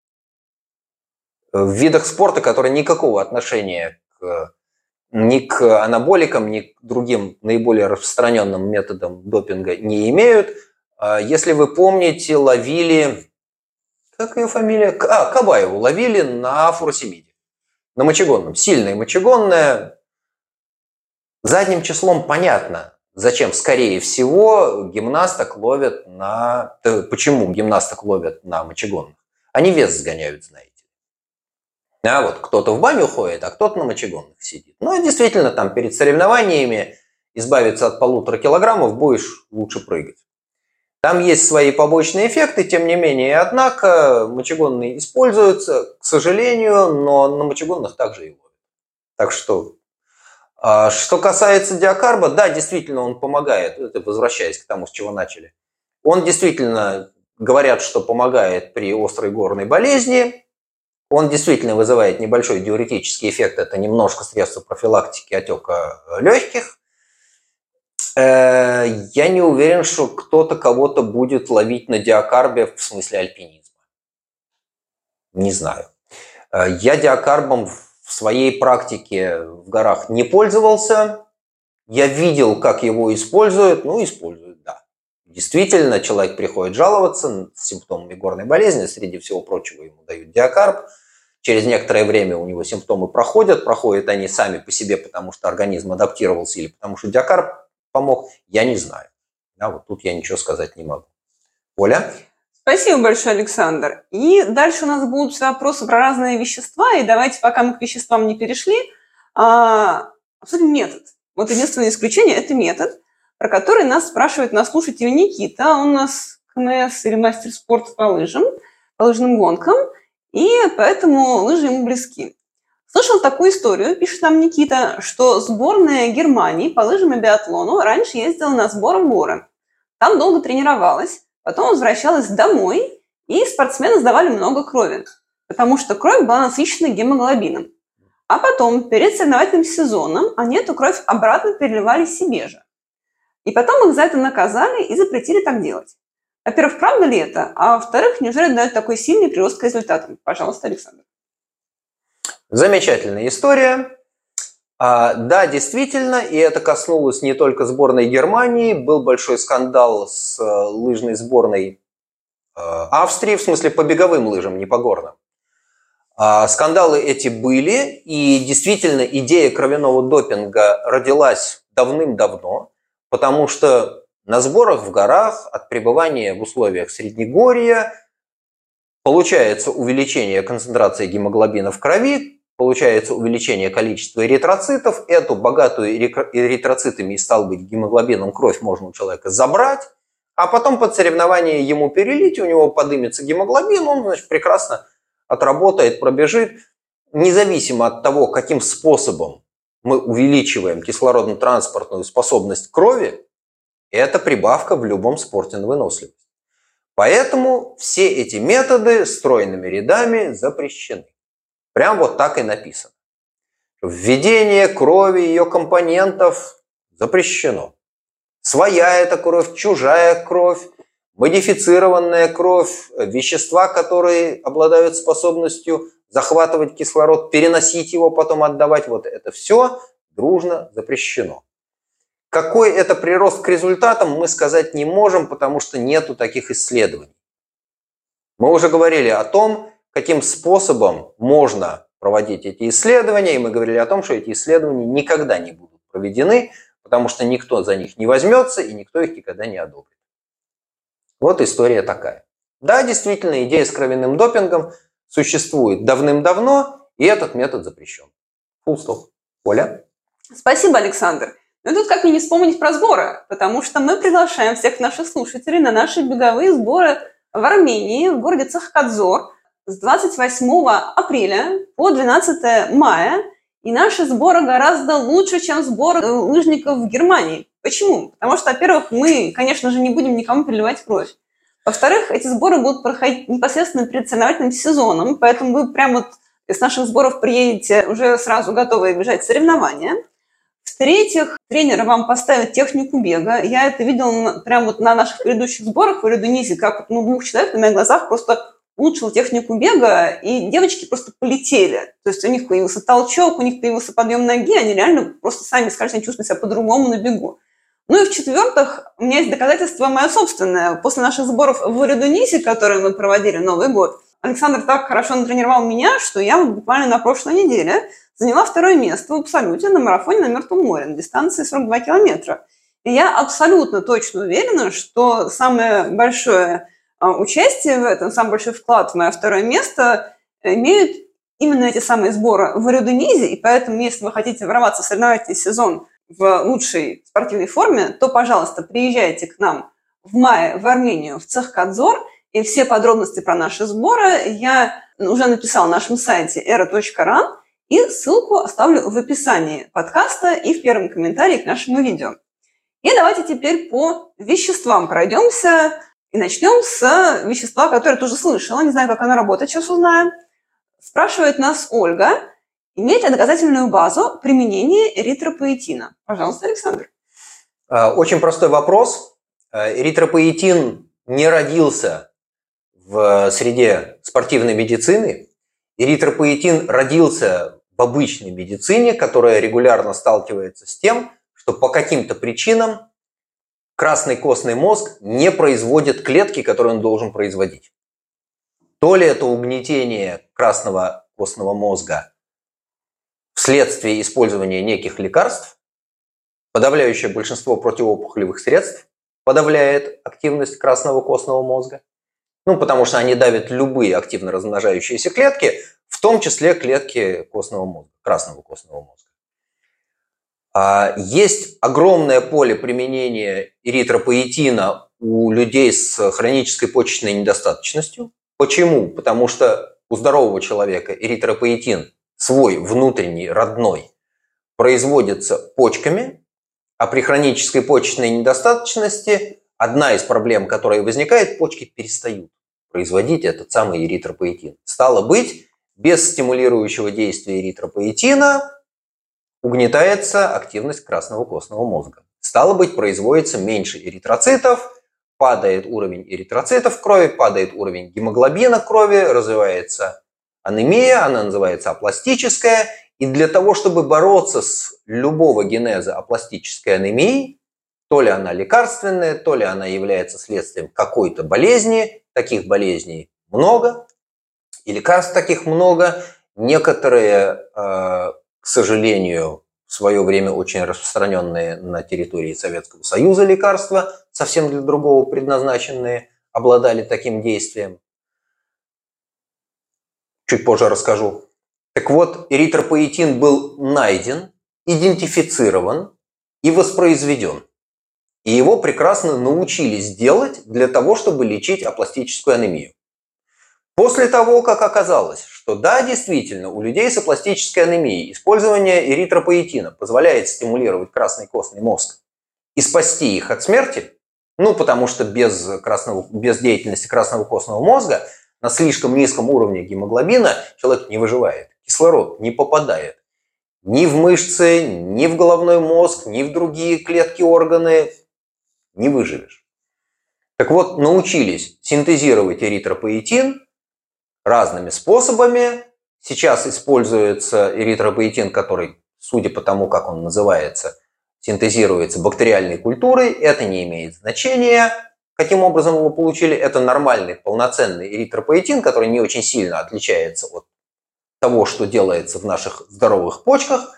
в видах спорта, которые никакого отношения ни к анаболикам, ни к другим наиболее распространенным методам допинга не имеют. Если вы помните, ловили... Как ее фамилия? Кабаеву ловили на фуросемиде. На мочегонном. Сильная мочегонная. Задним числом понятно. Зачем? Скорее всего, гимнасток ловят на... Почему гимнасток ловят на мочегонных? Они вес сгоняют, знаете. А вот кто-то в баню ходит, а кто-то на мочегонных сидит. Ну, и действительно, там перед соревнованиями избавиться от 1,5 килограммов будешь лучше прыгать. Там есть свои побочные эффекты, тем не менее, однако мочегонные используются, к сожалению, но на мочегонных также и ловят. Так что касается диакарба, да, действительно он помогает, это возвращаясь к тому, с чего начали. Он действительно, говорят, что помогает при острой горной болезни. Он действительно вызывает небольшой диуретический эффект, это немножко средства профилактики отека легких. Я не уверен, что кто-то кого-то будет ловить на диакарбе в смысле альпинизма. Не знаю. Я диакарбом в своей практике в горах не пользовался. Я видел, как его используют. Ну, используют, да. Действительно, человек приходит жаловаться с симптомами горной болезни. Среди всего прочего ему дают диакарб. Через некоторое время у него симптомы проходят. Проходят они сами по себе, потому что организм адаптировался или потому что диакарб помог. Я не знаю. Да, вот тут я ничего сказать не могу. Оля? Спасибо большое, Александр. И дальше у нас будут вопросы про разные вещества. И давайте, пока мы к веществам не перешли, обсудим метод. Вот единственное исключение – это метод, про который нас спрашивает наш слушатель Никита. Он у нас КМС или мастер спорта по лыжным гонкам, и поэтому лыжи ему близки. Слышал такую историю, пишет нам Никита, что сборная Германии по лыжам и биатлону раньше ездила на сбор в горы. Там долго тренировалась, потом возвращалась домой, и спортсмены сдавали много крови, потому что кровь была насыщена гемоглобином. А потом, перед соревновательным сезоном, они эту кровь обратно переливали себе же. И потом их за это наказали и запретили так делать. Во-первых, правда ли это? А во-вторых, неужели дает такой сильный прирост к результатам? Пожалуйста, Александр. Замечательная история. Да, действительно, и это коснулось не только сборной Германии. Был большой скандал с лыжной сборной Австрии, в смысле по беговым лыжам, не по горным. Скандалы эти были, и действительно идея кровяного допинга родилась давным-давно, потому что на сборах в горах от пребывания в условиях Среднегорья получается увеличение концентрации гемоглобина в крови, получается увеличение количества эритроцитов. Эту богатую эритроцитами и, стало быть, гемоглобином кровь можно у человека забрать, а потом под соревнование ему перелить, у него подымется гемоглобин, он, значит, прекрасно отработает, пробежит. Независимо от того, каким способом мы увеличиваем кислородно-транспортную способность крови, это прибавка в любом спорте на выносливость. Поэтому все эти методы стройными рядами запрещены. Прям вот так и написано. Введение крови, ее компонентов запрещено. Своя это кровь, чужая кровь, модифицированная кровь, вещества, которые обладают способностью захватывать кислород, переносить его, потом отдавать. Вот это все дружно запрещено. Какой это прирост к результатам, мы сказать не можем, потому что нету таких исследований. Мы уже говорили о том, каким способом можно проводить эти исследования, и мы говорили о том, что эти исследования никогда не будут проведены, потому что никто за них не возьмется, и никто их никогда не одобрит. Вот история такая. Да, действительно, идея с кровяным допингом существует давным-давно, и этот метод запрещен. Full stop. Оля? Спасибо, Александр. Ну и тут как мне не вспомнить про сборы, потому что мы приглашаем всех наших слушателей на наши беговые сборы в Армении, в городе Цахкадзор, с 28 апреля по 12 мая. И наши сборы гораздо лучше, чем сборы лыжников в Германии. Почему? Потому что, во-первых, мы, конечно же, не будем никому переливать кровь. Во-вторых, эти сборы будут проходить непосредственно перед соревновательным сезоном, поэтому вы прямо вот с наших сборов приедете уже сразу готовы бежать в соревнования. В-третьих, тренер вам поставит технику бега. Я это видела прямо вот на наших предыдущих сборах в Редунизе, как вот, двух человек на моих глазах просто улучшил технику бега, и девочки просто полетели. То есть у них появился толчок, у них появился подъем ноги, они реально просто сами скажут, чувствуют себя по-другому на бегу. Ну и в-четвертых, у меня есть доказательство мое собственное. После наших сборов в Редунизе, которые мы проводили Новый год, Александр так хорошо натренировал меня, что я буквально на прошлой неделе заняла 2-е место в абсолюте на марафоне на Мертвом море на дистанции 42 километра. И я абсолютно точно уверена, что самое большое участие в этом, самый большой вклад в мое второе место имеют именно эти самые сборы в аэроденизе. И поэтому, если вы хотите ворваться в соревновательный сезон в лучшей спортивной форме, то, пожалуйста, приезжайте к нам в мае в Армению, в цех Кадзор. И все подробности про наши сборы я уже написала на нашем сайте era.ran. И ссылку оставлю в описании подкаста и в первом комментарии к нашему видео. И давайте теперь по веществам пройдемся. И начнем с вещества, которое тоже слышала. Не знаю, как оно работает, сейчас узнаем. Спрашивает нас Ольга. Имеет ли доказательную базу применения эритропоэтина? Пожалуйста, Александр. Очень простой вопрос. Эритропоэтин не родился в среде спортивной медицины. Эритропоэтин родился в обычной медицине, которая регулярно сталкивается с тем, что по каким-то причинам красный костный мозг не производит клетки, которые он должен производить. То ли это угнетение красного костного мозга вследствие использования неких лекарств, подавляющее большинство противоопухолевых средств подавляет активность красного костного мозга, потому что они давят любые активно размножающиеся клетки, в том числе клетки костного мозга, красного костного мозга. Есть огромное поле применения эритропоэтина у людей с хронической почечной недостаточностью. Почему? Потому что у здорового человека эритропоэтин свой внутренний, родной, производится почками, а при хронической почечной недостаточности одна из проблем, которая возникает, почки перестают производить этот самый эритропоэтин. Стало быть, без стимулирующего действия эритропоэтина угнетается активность красного костного мозга. Стало быть, производится меньше эритроцитов, падает уровень эритроцитов в крови, падает уровень гемоглобина в крови, развивается анемия, она называется апластическая. И для того, чтобы бороться с любого генеза апластической анемии, то ли она лекарственная, то ли она является следствием какой-то болезни, таких болезней много, и лекарств таких много. Некоторые, к сожалению, в свое время очень распространенные на территории Советского Союза лекарства, совсем для другого предназначенные, обладали таким действием. Чуть позже расскажу. Так вот, эритропоэтин был найден, идентифицирован и воспроизведен. И его прекрасно научились делать для того, чтобы лечить апластическую анемию. После того, как оказалось, что да, действительно, у людей с апластической анемией использование эритропоэтина позволяет стимулировать красный костный мозг и спасти их от смерти, потому что без деятельности красного костного мозга на слишком низком уровне гемоглобина человек не выживает. Кислород не попадает ни в мышцы, ни в головной мозг, ни в другие клетки, органы. Не выживешь. Так вот, научились синтезировать эритропоэтин разными способами. Сейчас используется эритропоэтин, который, судя по тому, как он называется, синтезируется бактериальной культурой. Это не имеет значения, каким образом его получили. Это нормальный, полноценный эритропоэтин, который не очень сильно отличается от того, что делается в наших здоровых почках.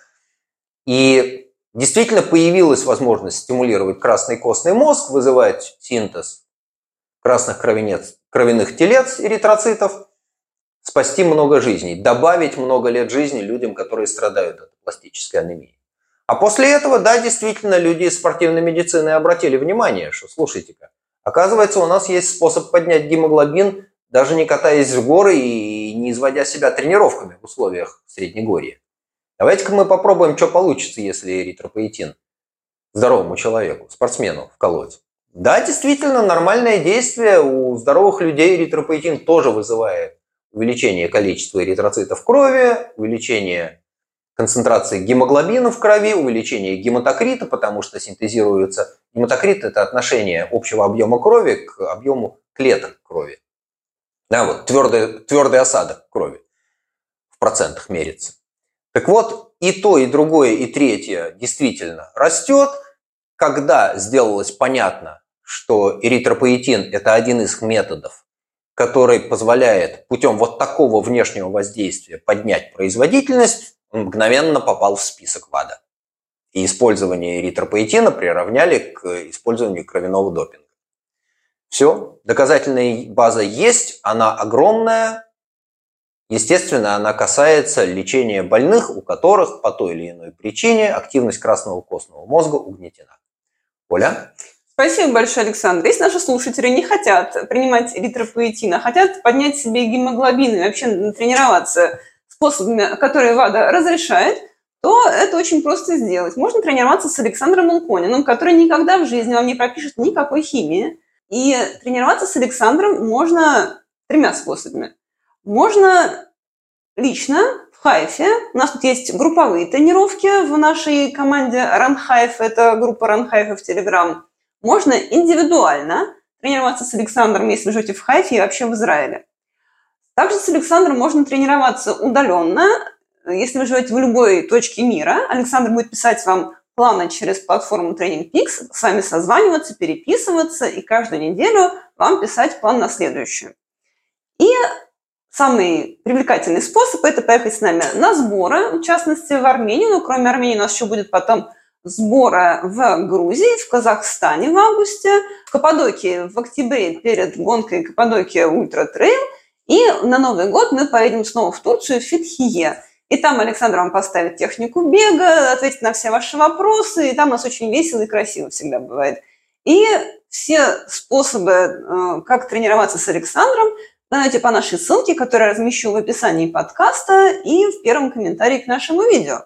И действительно появилась возможность стимулировать красный костный мозг, вызывать синтез красных кровяных телец, эритроцитов, спасти много жизней, добавить много лет жизни людям, которые страдают от пластической анемии. А после этого, да, действительно, люди из спортивной медицины обратили внимание, что, слушайте-ка, оказывается, у нас есть способ поднять гемоглобин, даже не катаясь в горы и не изводя себя тренировками в условиях Среднегорья. Давайте-ка мы попробуем, что получится, если эритропоэтин здоровому человеку, спортсмену вколоть. Да, действительно, нормальное действие. У здоровых людей эритропоэтин тоже вызывает увеличение количества эритроцитов в крови, увеличение концентрации гемоглобина в крови, увеличение гематокрита, потому что синтезируется... Гематокрит – это отношение общего объема крови к объему клеток крови. Да, вот твердый осадок крови в процентах мерится. Так вот, и то, и другое, и третье действительно растет, когда сделалось понятно, что эритропоэтин – это один из методов, который позволяет путем вот такого внешнего воздействия поднять производительность, он мгновенно попал в список ВАДА. И использование эритропоэтина приравняли к использованию кровяного допинга. Все, доказательная база есть, она огромная. Естественно, она касается лечения больных, у которых по той или иной причине активность красного костного мозга угнетена. Оля? Спасибо большое, Александр. Если наши слушатели не хотят принимать эритропоэтин, а хотят поднять себе гемоглобин и вообще тренироваться способами, которые ВАДА разрешает, то это очень просто сделать. Можно тренироваться с Александром Илкониным, который никогда в жизни вам не пропишет никакой химии. И тренироваться с Александром можно 3 способами. Можно лично в Хайфе. У нас тут есть групповые тренировки в нашей команде Ранхайф. Это группа Ранхайфа в Телеграм. Можно индивидуально тренироваться с Александром, если вы живете в Хайфе и вообще в Израиле. Также с Александром можно тренироваться удаленно. Если вы живете в любой точке мира, Александр будет писать вам планы через платформу TrainingPeaks, с вами созваниваться, переписываться и каждую неделю вам писать план на следующую. И самый привлекательный способ – это поехать с нами на сборы, в частности, в Армению. Но кроме Армении у нас еще будет потом сборы в Грузии, в Казахстане в августе, в Каппадокии в октябре перед гонкой Каппадокия Ультра Трейл. И на Новый год мы поедем снова в Турцию, в Фетхие. И там Александр вам поставит технику бега, ответит на все ваши вопросы. И там у нас очень весело и красиво всегда бывает. И все способы, как тренироваться с Александром, вы найдете по нашей ссылке, которую я размещу в описании подкаста и в первом комментарии к нашему видео.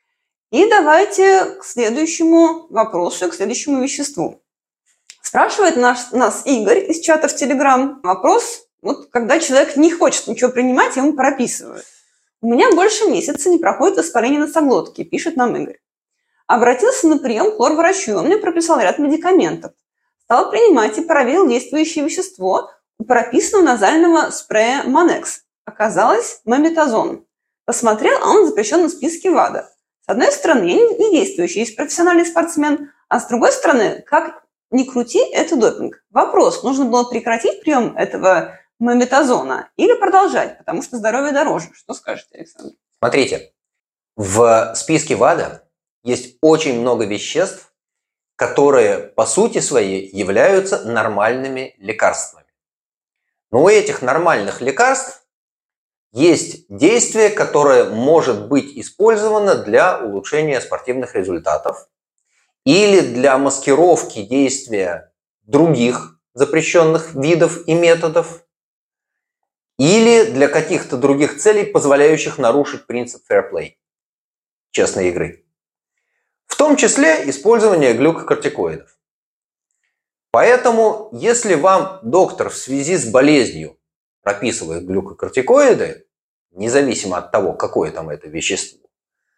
И давайте к следующему вопросу, к следующему веществу. Спрашивает нас Игорь из чата в Телеграм. Вопрос, вот когда человек не хочет ничего принимать, ему прописывают. У меня больше месяца не проходит воспаление носоглотки, пишет нам Игорь. Обратился на прием к лор-врачу, он мне прописал ряд медикаментов. Стал принимать и проверил действующее вещество у прописанного назального спрея Манекс. Оказалось, мометазон. Посмотрел, а он запрещен в списке ВАДА. С одной стороны, я не действующий, есть профессиональный спортсмен, а с другой стороны, как ни крути, это допинг. Вопрос, нужно было прекратить прием этого мометазона или продолжать, потому что здоровье дороже. Что скажете, Александр? Смотрите, в списке ВАДА есть очень много веществ, которые по сути своей являются нормальными лекарствами. Но у этих нормальных лекарств есть действие, которое может быть использовано для улучшения спортивных результатов или для маскировки действия других запрещенных видов и методов, или для каких-то других целей, позволяющих нарушить принцип fair play, честной игры. В том числе использование глюкокортикоидов. Поэтому, если вам доктор в связи с болезнью прописывает глюкокортикоиды, независимо от того, какое там это вещество,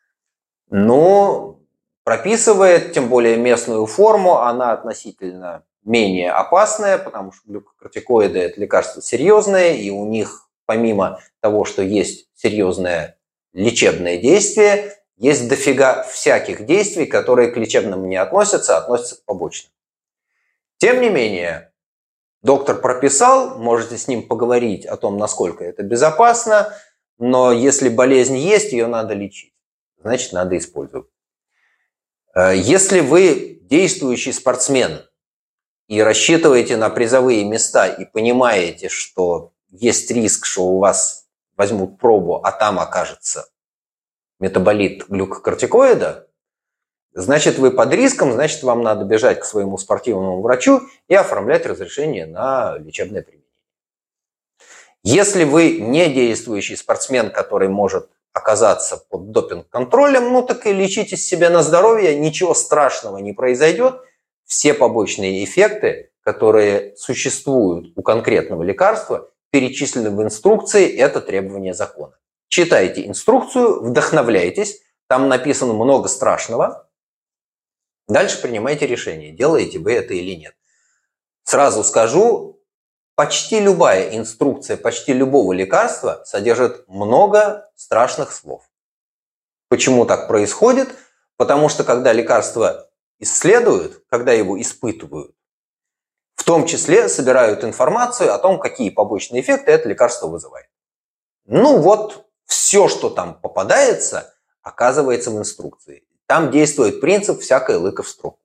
но прописывает, тем более местную форму, она относительно менее опасная, потому что глюкокортикоиды – это лекарства серьезные, и у них, помимо того, что есть серьезное лечебное действие, есть дофига всяких действий, которые к лечебным не относятся, а относятся к побочным. Тем не менее, доктор прописал, можете с ним поговорить о том, насколько это безопасно, но если болезнь есть, ее надо лечить, значит, надо использовать. Если вы действующий спортсмен и рассчитываете на призовые места и понимаете, что есть риск, что у вас возьмут пробу, а там окажется метаболит глюкокортикоида, значит, вы под риском, значит, вам надо бежать к своему спортивному врачу и оформлять разрешение на лечебное применение. Если вы не действующий спортсмен, который может оказаться под допинг-контролем, ну так и лечите себя на здоровье, ничего страшного не произойдет. Все побочные эффекты, которые существуют у конкретного лекарства, перечислены в инструкции, это требование закона. Читайте инструкцию, вдохновляйтесь, там написано много страшного. Дальше принимайте решение, делаете вы это или нет. Сразу скажу, почти любая инструкция, почти любого лекарства содержит много страшных слов. Почему так происходит? Потому что когда лекарство исследуют, когда его испытывают, в том числе собирают информацию о том, какие побочные эффекты это лекарство вызывает. Ну вот, все, что там попадается, оказывается в инструкции. Там действует принцип «всякая лыка в струк».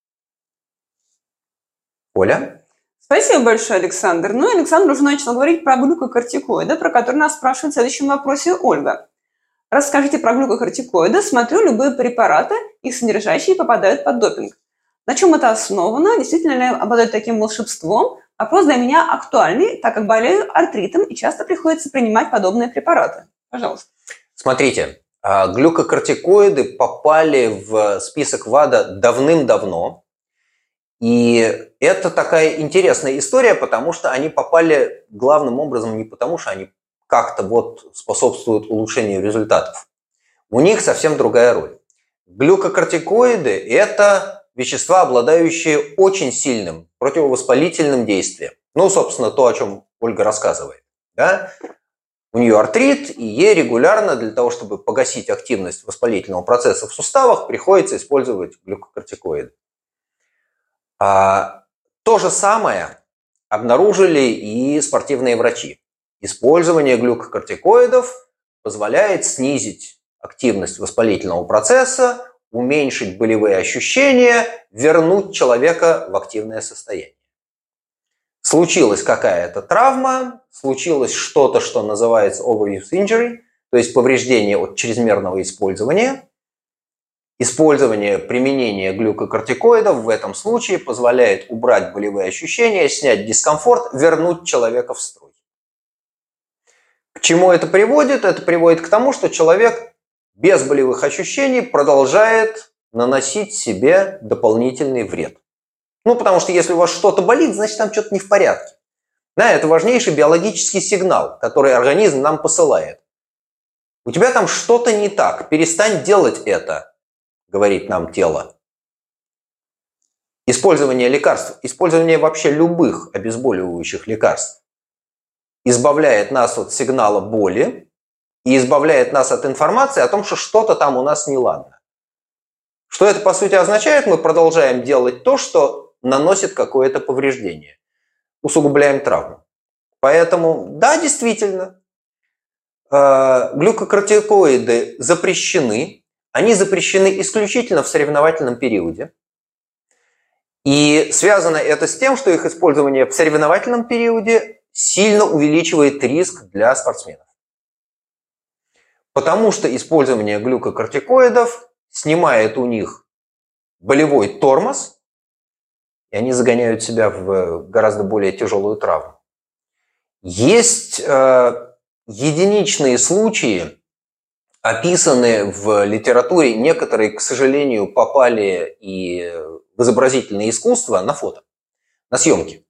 Оля? Спасибо большое, Александр. Ну, Александр уже начал говорить про глюкокортикоиды, про которые нас спрашивает в следующем вопросе Ольга. Расскажите про глюкокортикоиды. Смотрю любые препараты, их содержащие попадают под допинг. На чем это основано? Действительно ли обладают таким волшебством? Вопрос для меня актуальный, так как болею артритом и часто приходится принимать подобные препараты. Пожалуйста. Смотрите, глюкокортикоиды попали в список ВАДА давным-давно. И это такая интересная история, потому что они попали главным образом не потому, что они как-то вот способствуют улучшению результатов. У них совсем другая роль. Глюкокортикоиды – это вещества, обладающие очень сильным противовоспалительным действием. Ну, собственно, то, о чем Ольга рассказывает. Да? У нее артрит, и ей регулярно для того, чтобы погасить активность воспалительного процесса в суставах, приходится использовать глюкокортикоиды. То же самое обнаружили и спортивные врачи. Использование глюкокортикоидов позволяет снизить активность воспалительного процесса, уменьшить болевые ощущения, вернуть человека в активное состояние. Случилась какая-то травма, случилось что-то, что называется overuse injury, то есть повреждение от чрезмерного использования. Использование применения глюкокортикоидов в этом случае позволяет убрать болевые ощущения, снять дискомфорт, вернуть человека в строй. К чему это приводит? Это приводит к тому, что человек без болевых ощущений продолжает наносить себе дополнительный вред. Ну, потому что если у вас что-то болит, значит, там что-то не в порядке. Да, это важнейший биологический сигнал, который организм нам посылает. У тебя там что-то не так, перестань делать это. Говорит нам тело. Использование лекарств, использование вообще любых обезболивающих лекарств избавляет нас от сигнала боли и избавляет нас от информации о том, что что-то там у нас неладно. Что это по сути означает? Мы продолжаем делать то, что наносит какое-то повреждение. Усугубляем травму. Поэтому, да, действительно, глюкокортикоиды запрещены. Они запрещены исключительно в соревновательном периоде. И связано это с тем, что их использование в соревновательном периоде сильно увеличивает риск для спортсменов. Потому что использование глюкокортикоидов снимает у них болевой тормоз, и они загоняют себя в гораздо более тяжелую травму. Есть единичные случаи, описаны в литературе, некоторые, к сожалению, попали и в изобразительное искусство на фото, на съемки.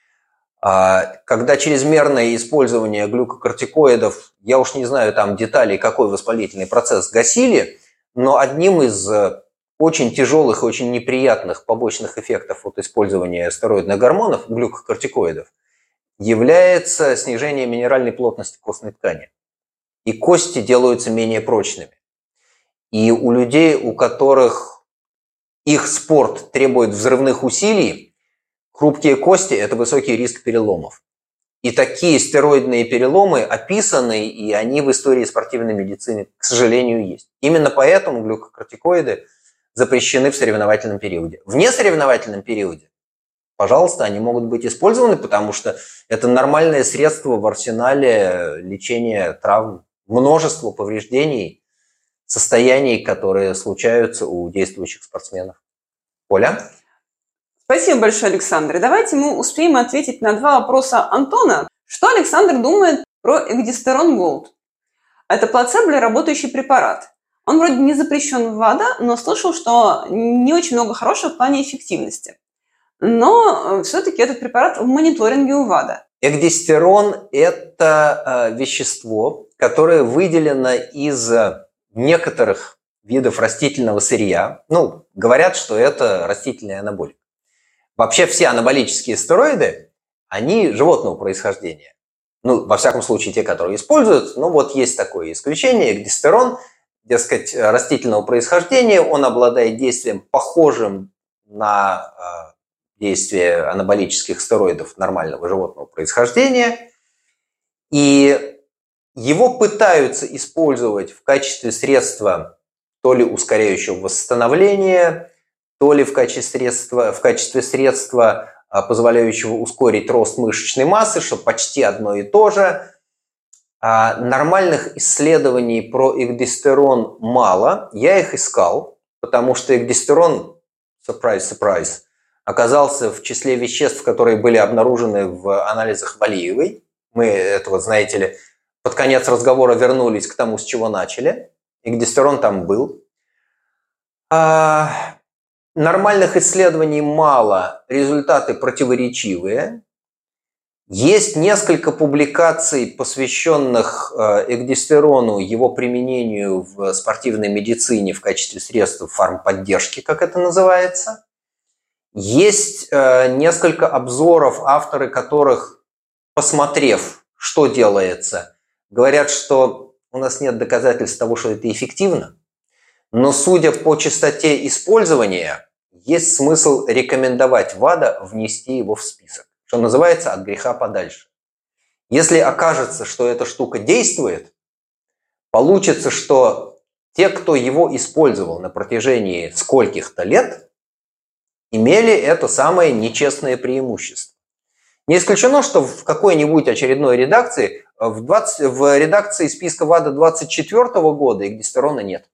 Когда чрезмерное использование глюкокортикоидов, я уж не знаю там деталей, какой воспалительный процесс гасили, но одним из очень тяжелых и очень неприятных побочных эффектов от использования стероидных гормонов, глюкокортикоидов, является снижение минеральной плотности костной ткани. И кости делаются менее прочными. И у людей, у которых их спорт требует взрывных усилий, хрупкие кости – это высокий риск переломов. И такие стероидные переломы описаны, и они в истории спортивной медицины, к сожалению, есть. Именно поэтому глюкокортикоиды запрещены в соревновательном периоде. В несоревновательном периоде, пожалуйста, они могут быть использованы, потому что это нормальное средство в арсенале лечения травм. Множество повреждений, состояний, которые случаются у действующих спортсменов. Оля? Спасибо большое, Александр. Давайте мы успеем ответить на два вопроса Антона. Что Александр думает про Экдистерон Голд? Это плацебо или работающий препарат. Он вроде не запрещен в ВАДА, но слышал, что не очень много хорошего в плане эффективности. Но все-таки этот препарат в мониторинге у ВАДА. Экдистерон – это вещество, которое выделено из некоторых видов растительного сырья. Ну, говорят, что это растительный анаболик. Вообще все анаболические стероиды, они животного происхождения. Ну, во всяком случае, те, которые используют. Ну, вот есть такое исключение. Экдистерон, дескать, растительного происхождения, он обладает действием, похожим на действие анаболических стероидов нормального животного происхождения. И его пытаются использовать в качестве средства то ли ускоряющего восстановление, то ли в качестве средства, позволяющего ускорить рост мышечной массы, что почти одно и то же. Нормальных исследований про экдистерон мало. Я их искал, потому что экдистерон, surprise, оказался в числе веществ, которые были обнаружены в анализах Валиевой. Мы это, знаете ли, под конец разговора вернулись к тому, с чего начали. Экдистерон там был. Нормальных исследований мало, результаты противоречивые. Есть несколько публикаций, посвященных экдистерону, его применению в спортивной медицине в качестве средства фармподдержки, как это называется. Есть несколько обзоров, авторы которых, посмотрев, что делается, говорят, что у нас нет доказательств того, что это эффективно, но судя по частоте использования, есть смысл рекомендовать ВАДА внести его в список, что называется, от греха подальше. Если окажется, что эта штука действует, получится, что те, кто его использовал на протяжении скольких-то лет, имели это самое нечестное преимущество. Не исключено, что в какой-нибудь очередной редакции, в редакции списка ВАДА 2024 года экдистерона нет.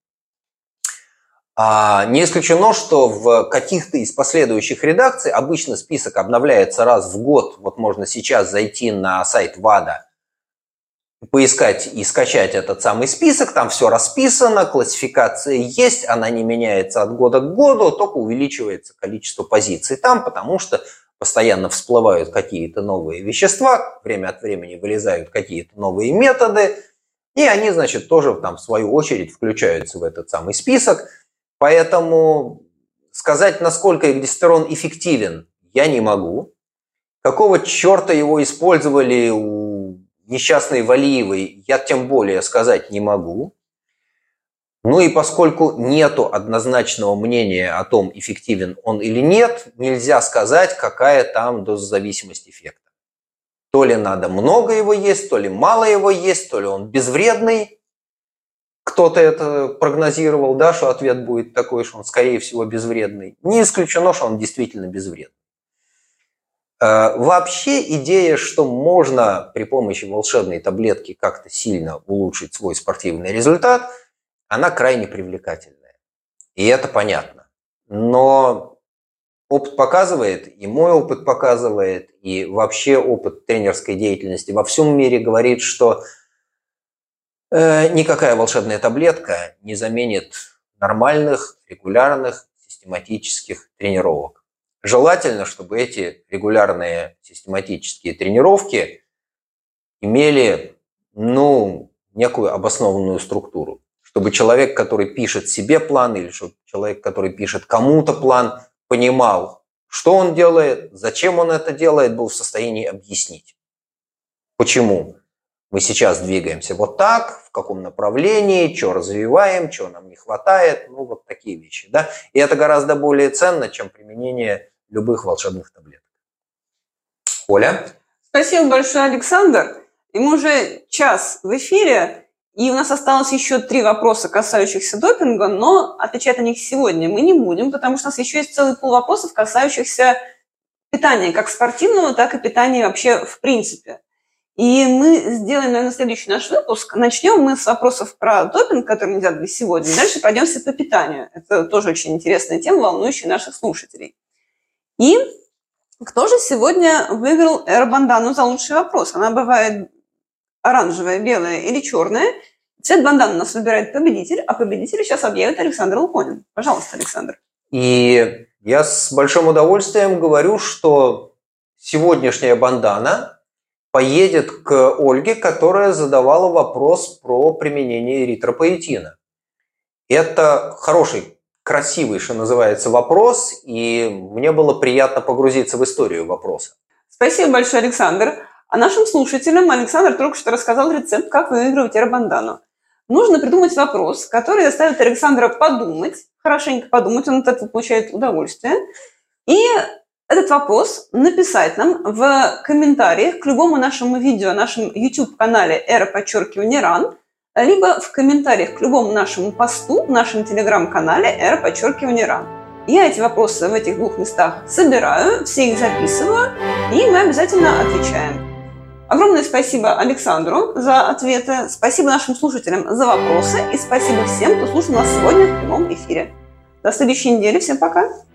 Не исключено, что в каких-то из последующих редакций, обычно список обновляется раз в год, вот можно сейчас зайти на сайт ВАДА, поискать и скачать этот самый список, там все расписано, классификация есть, она не меняется от года к году, только увеличивается количество позиций там, потому что постоянно всплывают какие-то новые вещества, время от времени вылезают какие-то новые методы, и они, значит, тоже там в свою очередь включаются в этот самый список. Поэтому сказать, насколько экдистерон эффективен, я не могу. Какого черта его использовали у несчастной Валиевой, я тем более сказать не могу. Ну и поскольку нету однозначного мнения о том, эффективен он или нет, нельзя сказать, какая там дозозависимость эффекта. То ли надо много его есть, то ли мало его есть, то ли он безвредный. Кто-то это прогнозировал, да, что ответ будет такой, что он, скорее всего, безвредный. Не исключено, что он действительно безвредный. Вообще идея, что можно при помощи волшебной таблетки как-то сильно улучшить свой спортивный результат, она крайне привлекательная. И это понятно. Но опыт показывает, и мой опыт показывает, и вообще опыт тренерской деятельности во всем мире говорит, что никакая волшебная таблетка не заменит нормальных, регулярных, систематических тренировок. Желательно, чтобы эти регулярные систематические тренировки имели, некую обоснованную структуру. Чтобы человек, который пишет себе план, или чтобы человек, который пишет кому-то план, понимал, что он делает, зачем он это делает, был в состоянии объяснить. Почему мы сейчас двигаемся вот так, в каком направлении, что развиваем, чего нам не хватает, вот такие вещи. Да? И это гораздо более ценно, чем применение любых волшебных таблеток. Оля? Спасибо большое, Александр. И мы уже час в эфире, и у нас осталось еще 3 вопроса, касающихся допинга, но отвечать на них сегодня мы не будем, потому что у нас еще есть целый пул вопросов, касающихся питания, как спортивного, так и питания вообще в принципе. И мы сделаем, наверное, следующий наш выпуск. Начнем мы с вопросов про допинг, который мы делали сегодня. Дальше пройдемся по питанию. Это тоже очень интересная тема, волнующая наших слушателей. И кто же сегодня выиграл эро-бандану за лучший вопрос? Она бывает оранжевая, белая или черная. Цвет банданы у нас выбирает победитель, а победителя сейчас объявит Александр Луконин. Пожалуйста, Александр. И я с большим удовольствием говорю, что сегодняшняя бандана поедет к Ольге, которая задавала вопрос про применение эритропоэтина. Это хороший, красивый, что называется, вопрос, и мне было приятно погрузиться в историю вопроса. Спасибо большое, Александр. А нашим слушателям Александр только что рассказал рецепт, как выигрывать эро-бандану. Нужно придумать вопрос, который заставит Александра подумать, хорошенько подумать, он от этого получает удовольствие, и этот вопрос написать нам в комментариях к любому нашему видео, нашем YouTube-канале @RAN. либо в комментариях к любому нашему посту в нашем телеграм-канале @RA. Я эти вопросы в этих двух местах собираю, все их записываю, и мы обязательно отвечаем. Огромное спасибо Александру за ответы, спасибо нашим слушателям за вопросы и спасибо всем, кто слушал нас сегодня в прямом эфире. До следующей недели. Всем пока!